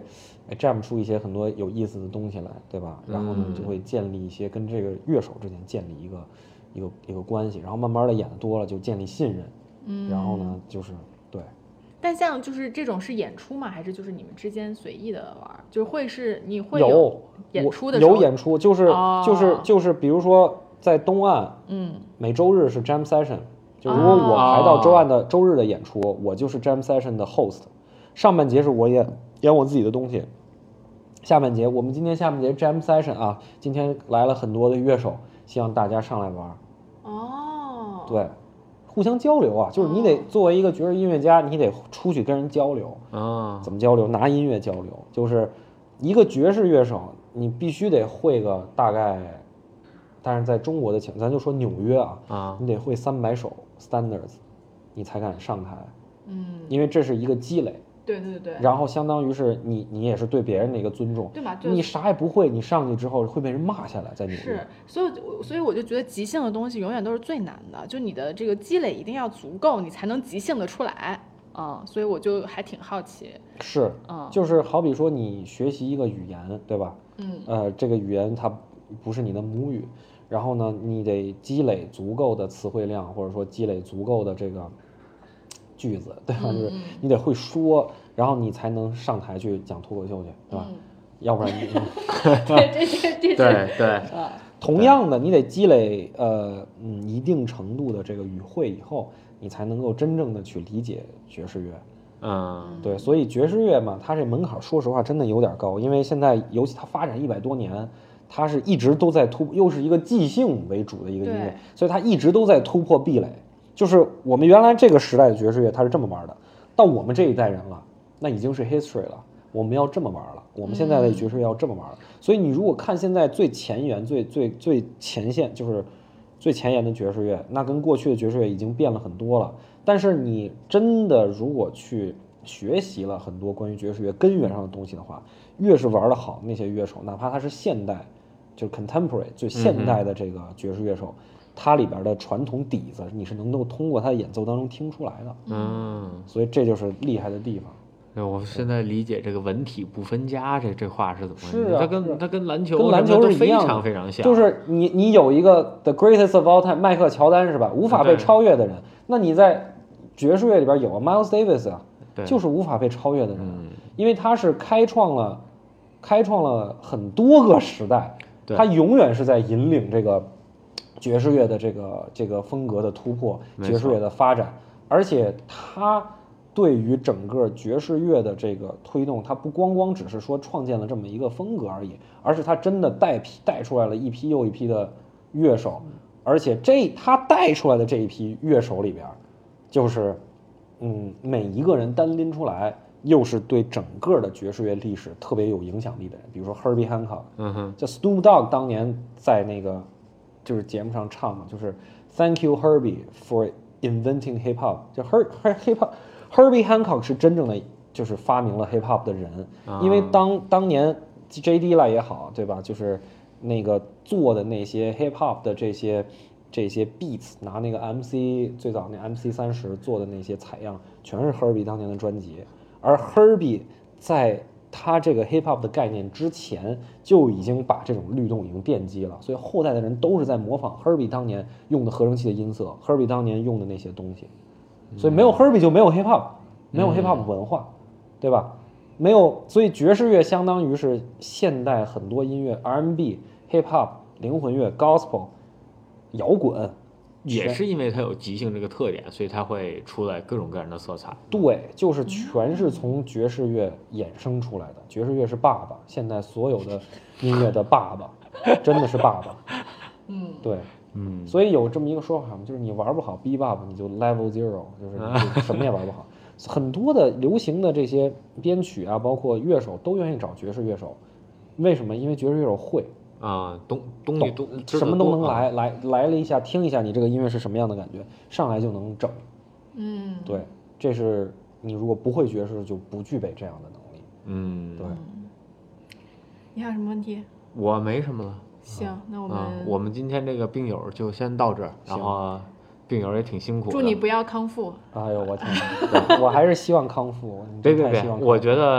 jam 出一些很多有意思的东西来，对吧？然后呢， 嗯就会建立一些跟这个乐手之间建立一个一个一个关系，然后慢慢的演的多了，就建立信任。嗯，然后呢，就是对。 但像就是这种是演出吗？还是就是你们之间随意的玩？就会是你会有演出的时候有演出，就是、哦、就是就是比如说在东岸， 嗯， 每周日是 jam session， 就如果我排到周岸的、哦、周日的演出，我就是 jam session 的 host。上半节是我演演我自己的东西，下半节我们今天下半节 jam session 啊，今天来了很多的乐手，希望大家上来玩。 哦， 对。互相交流啊，就是你得作为一个爵士音乐家，你得出去跟人交流啊。怎么交流？拿音乐交流，就是一个爵士乐手，你必须得会个大概，但是在中国的情，咱就说纽约啊，啊，你得会三百首 standards， 你才敢上台。嗯，因为这是一个积累。 对对对。 然后相当于是你，你也是对别人的一个尊重， 对吧？ 你啥也不会，你上去之后会被人骂下来，在纽约。 是，所以所以我就觉得即兴的东西永远都是最难的，就你的这个积累一定要足够，你才能即兴的出来。嗯，所以我就还挺好奇。 是，嗯，就是好比说你学习一个语言，对吧？嗯，呃，这个语言它不是你的母语，然后呢，你得积累足够的词汇量，或者说积累足够的这个句子，对吧？就是你得会说，然后你才能上台去讲脱口秀去，对吧？嗯、要不然你对这这这对对， 同样的，你得积累呃嗯一定程度的这个语汇以后，你才能够真正的去理解爵士乐。嗯，对，所以爵士乐嘛，它这门槛说实话真的有点高，因为现在尤其它发展一百多年，它是一直都在突，又是一个即兴为主的一个音乐，所以它一直都在突破壁垒。就是我们原来这个时代的爵士乐，它是这么玩的，到我们这一代人了，那已经是 history 了。我们要这么玩了，我们现在的爵士乐要这么玩了。嗯、所以你如果看现在最前沿、最最最前线，就是最前沿的爵士乐，那跟过去的爵士乐已经变了很多了。但是你真的如果去学习了很多关于爵士乐根源上的东西的话，越是玩得好那些乐手，哪怕他是现代，就是 contemporary 最现代的这个爵士乐手。嗯，它里边的传统底子，你是能够通过他的演奏当中听出来的。嗯，所以这就是厉害的地方。 对，我现在理解这个文体不分家这这话是怎么回事？ 是啊， 它跟它跟篮球跟篮球是非常非常像。 就是你你有一个 the greatest of all time 迈克乔丹是吧？无法被超越的人。那你在爵士乐里边有啊 Miles Davis 啊，就是无法被超越的人，嗯、因为他是开创了开创了很多个时代，他永远是在引领这个。爵士乐的这个这个风格的突破，爵士乐的发展，而且它对于整个爵士乐的这个推动，它不光光只是说创建了这么一个风格而已，而是它真的带批带出来了一批又一批的乐手，而且这他带出来的这一批乐手里边，就是嗯每一个人单拎出来，又是对整个的爵士乐历史特别有影响力的人，比如说 Herbie Hancock， 嗯哼，叫 Snoop Dogg 当年在那个。就是节目上唱嘛，就是 Thank you Herbie for inventing hip hop。就 Her hip hop Herbie Hancock 是真正的就是发明了 hip hop 的人，啊、因为当当年 J D 啦也好，对吧？就是那个做的那些 hip hop 的这些这些 beats， 拿那个 M C 最早那 M C 三十做的那些采样，全是 Herbie 当年的专辑，而 Herbie 在他这个 hip hop 的概念之前就已经把这种律动已经奠基了，所以后代的人都是在模仿 Herbie 当年用的合成器的音色 ，Herbie 当年用的那些东西，所以没有 Herbie 就没有 hip hop， 没有 hip hop 文化，对吧？没有，所以爵士乐相当于是现代很多音乐 R and B、hip hop、灵魂乐、gospel、摇滚。 也是因为它有即兴这个特点，所以它会出来各种各样的色彩。 对，就是全是从爵士乐衍生出来的。爵士乐是爸爸，现在所有的音乐的爸爸，真的是爸爸。嗯，对，嗯，所以有这么一个说法嘛，就是你玩不好 bebop， 你就 level zero， 就是你就什么也玩不好。很多的流行的这些编曲啊，包括乐手都愿意找爵士乐手，为什么？因为爵士乐手会。 啊，东东西都什么都能来、啊、来来了一下，听一下你这个音乐是什么样的感觉，上来就能整。嗯，对，这是你如果不会爵士就不具备这样的能力。嗯，对。 你还有什么问题？ 我没什么了。 行，那我们、 嗯、我们今天这个病友就先到这儿，然后病友也挺辛苦的。 祝你不要康复。 哎呦我天，我还是希望康复。 别别别，我觉得。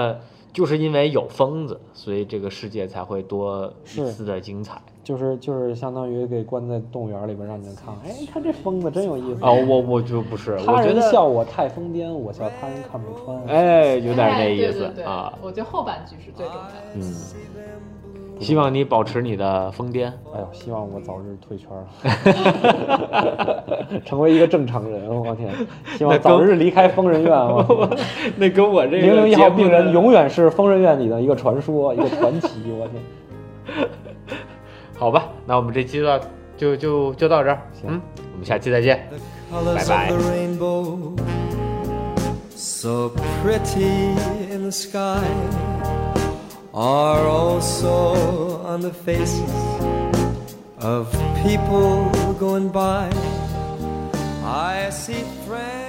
就是因为有疯子，所以这个世界才会多一丝的精彩。 就是就是相当于给关在动物园里边让你们看，哎，看这疯子真有意思哦，我我就不是， 他人我觉得笑我太疯癫，我笑他人看不穿。 哎，有点那意思哎对对对啊。 我觉得后半句是最重要的。 嗯，希望你保持你的疯癫。 哎呦，希望我早日退圈了，成为一个正常人。我天，希望早日离开疯人院。我那跟我这个零零一号病人节目的永远是疯人院里的一个传说，一个传奇。我天。 好吧，那我们这期就到就就就到这儿。嗯，我们下期再见， Colors 拜拜。 of the rainbow, so pretty in the sky, are also on the faces of people going by. I see friends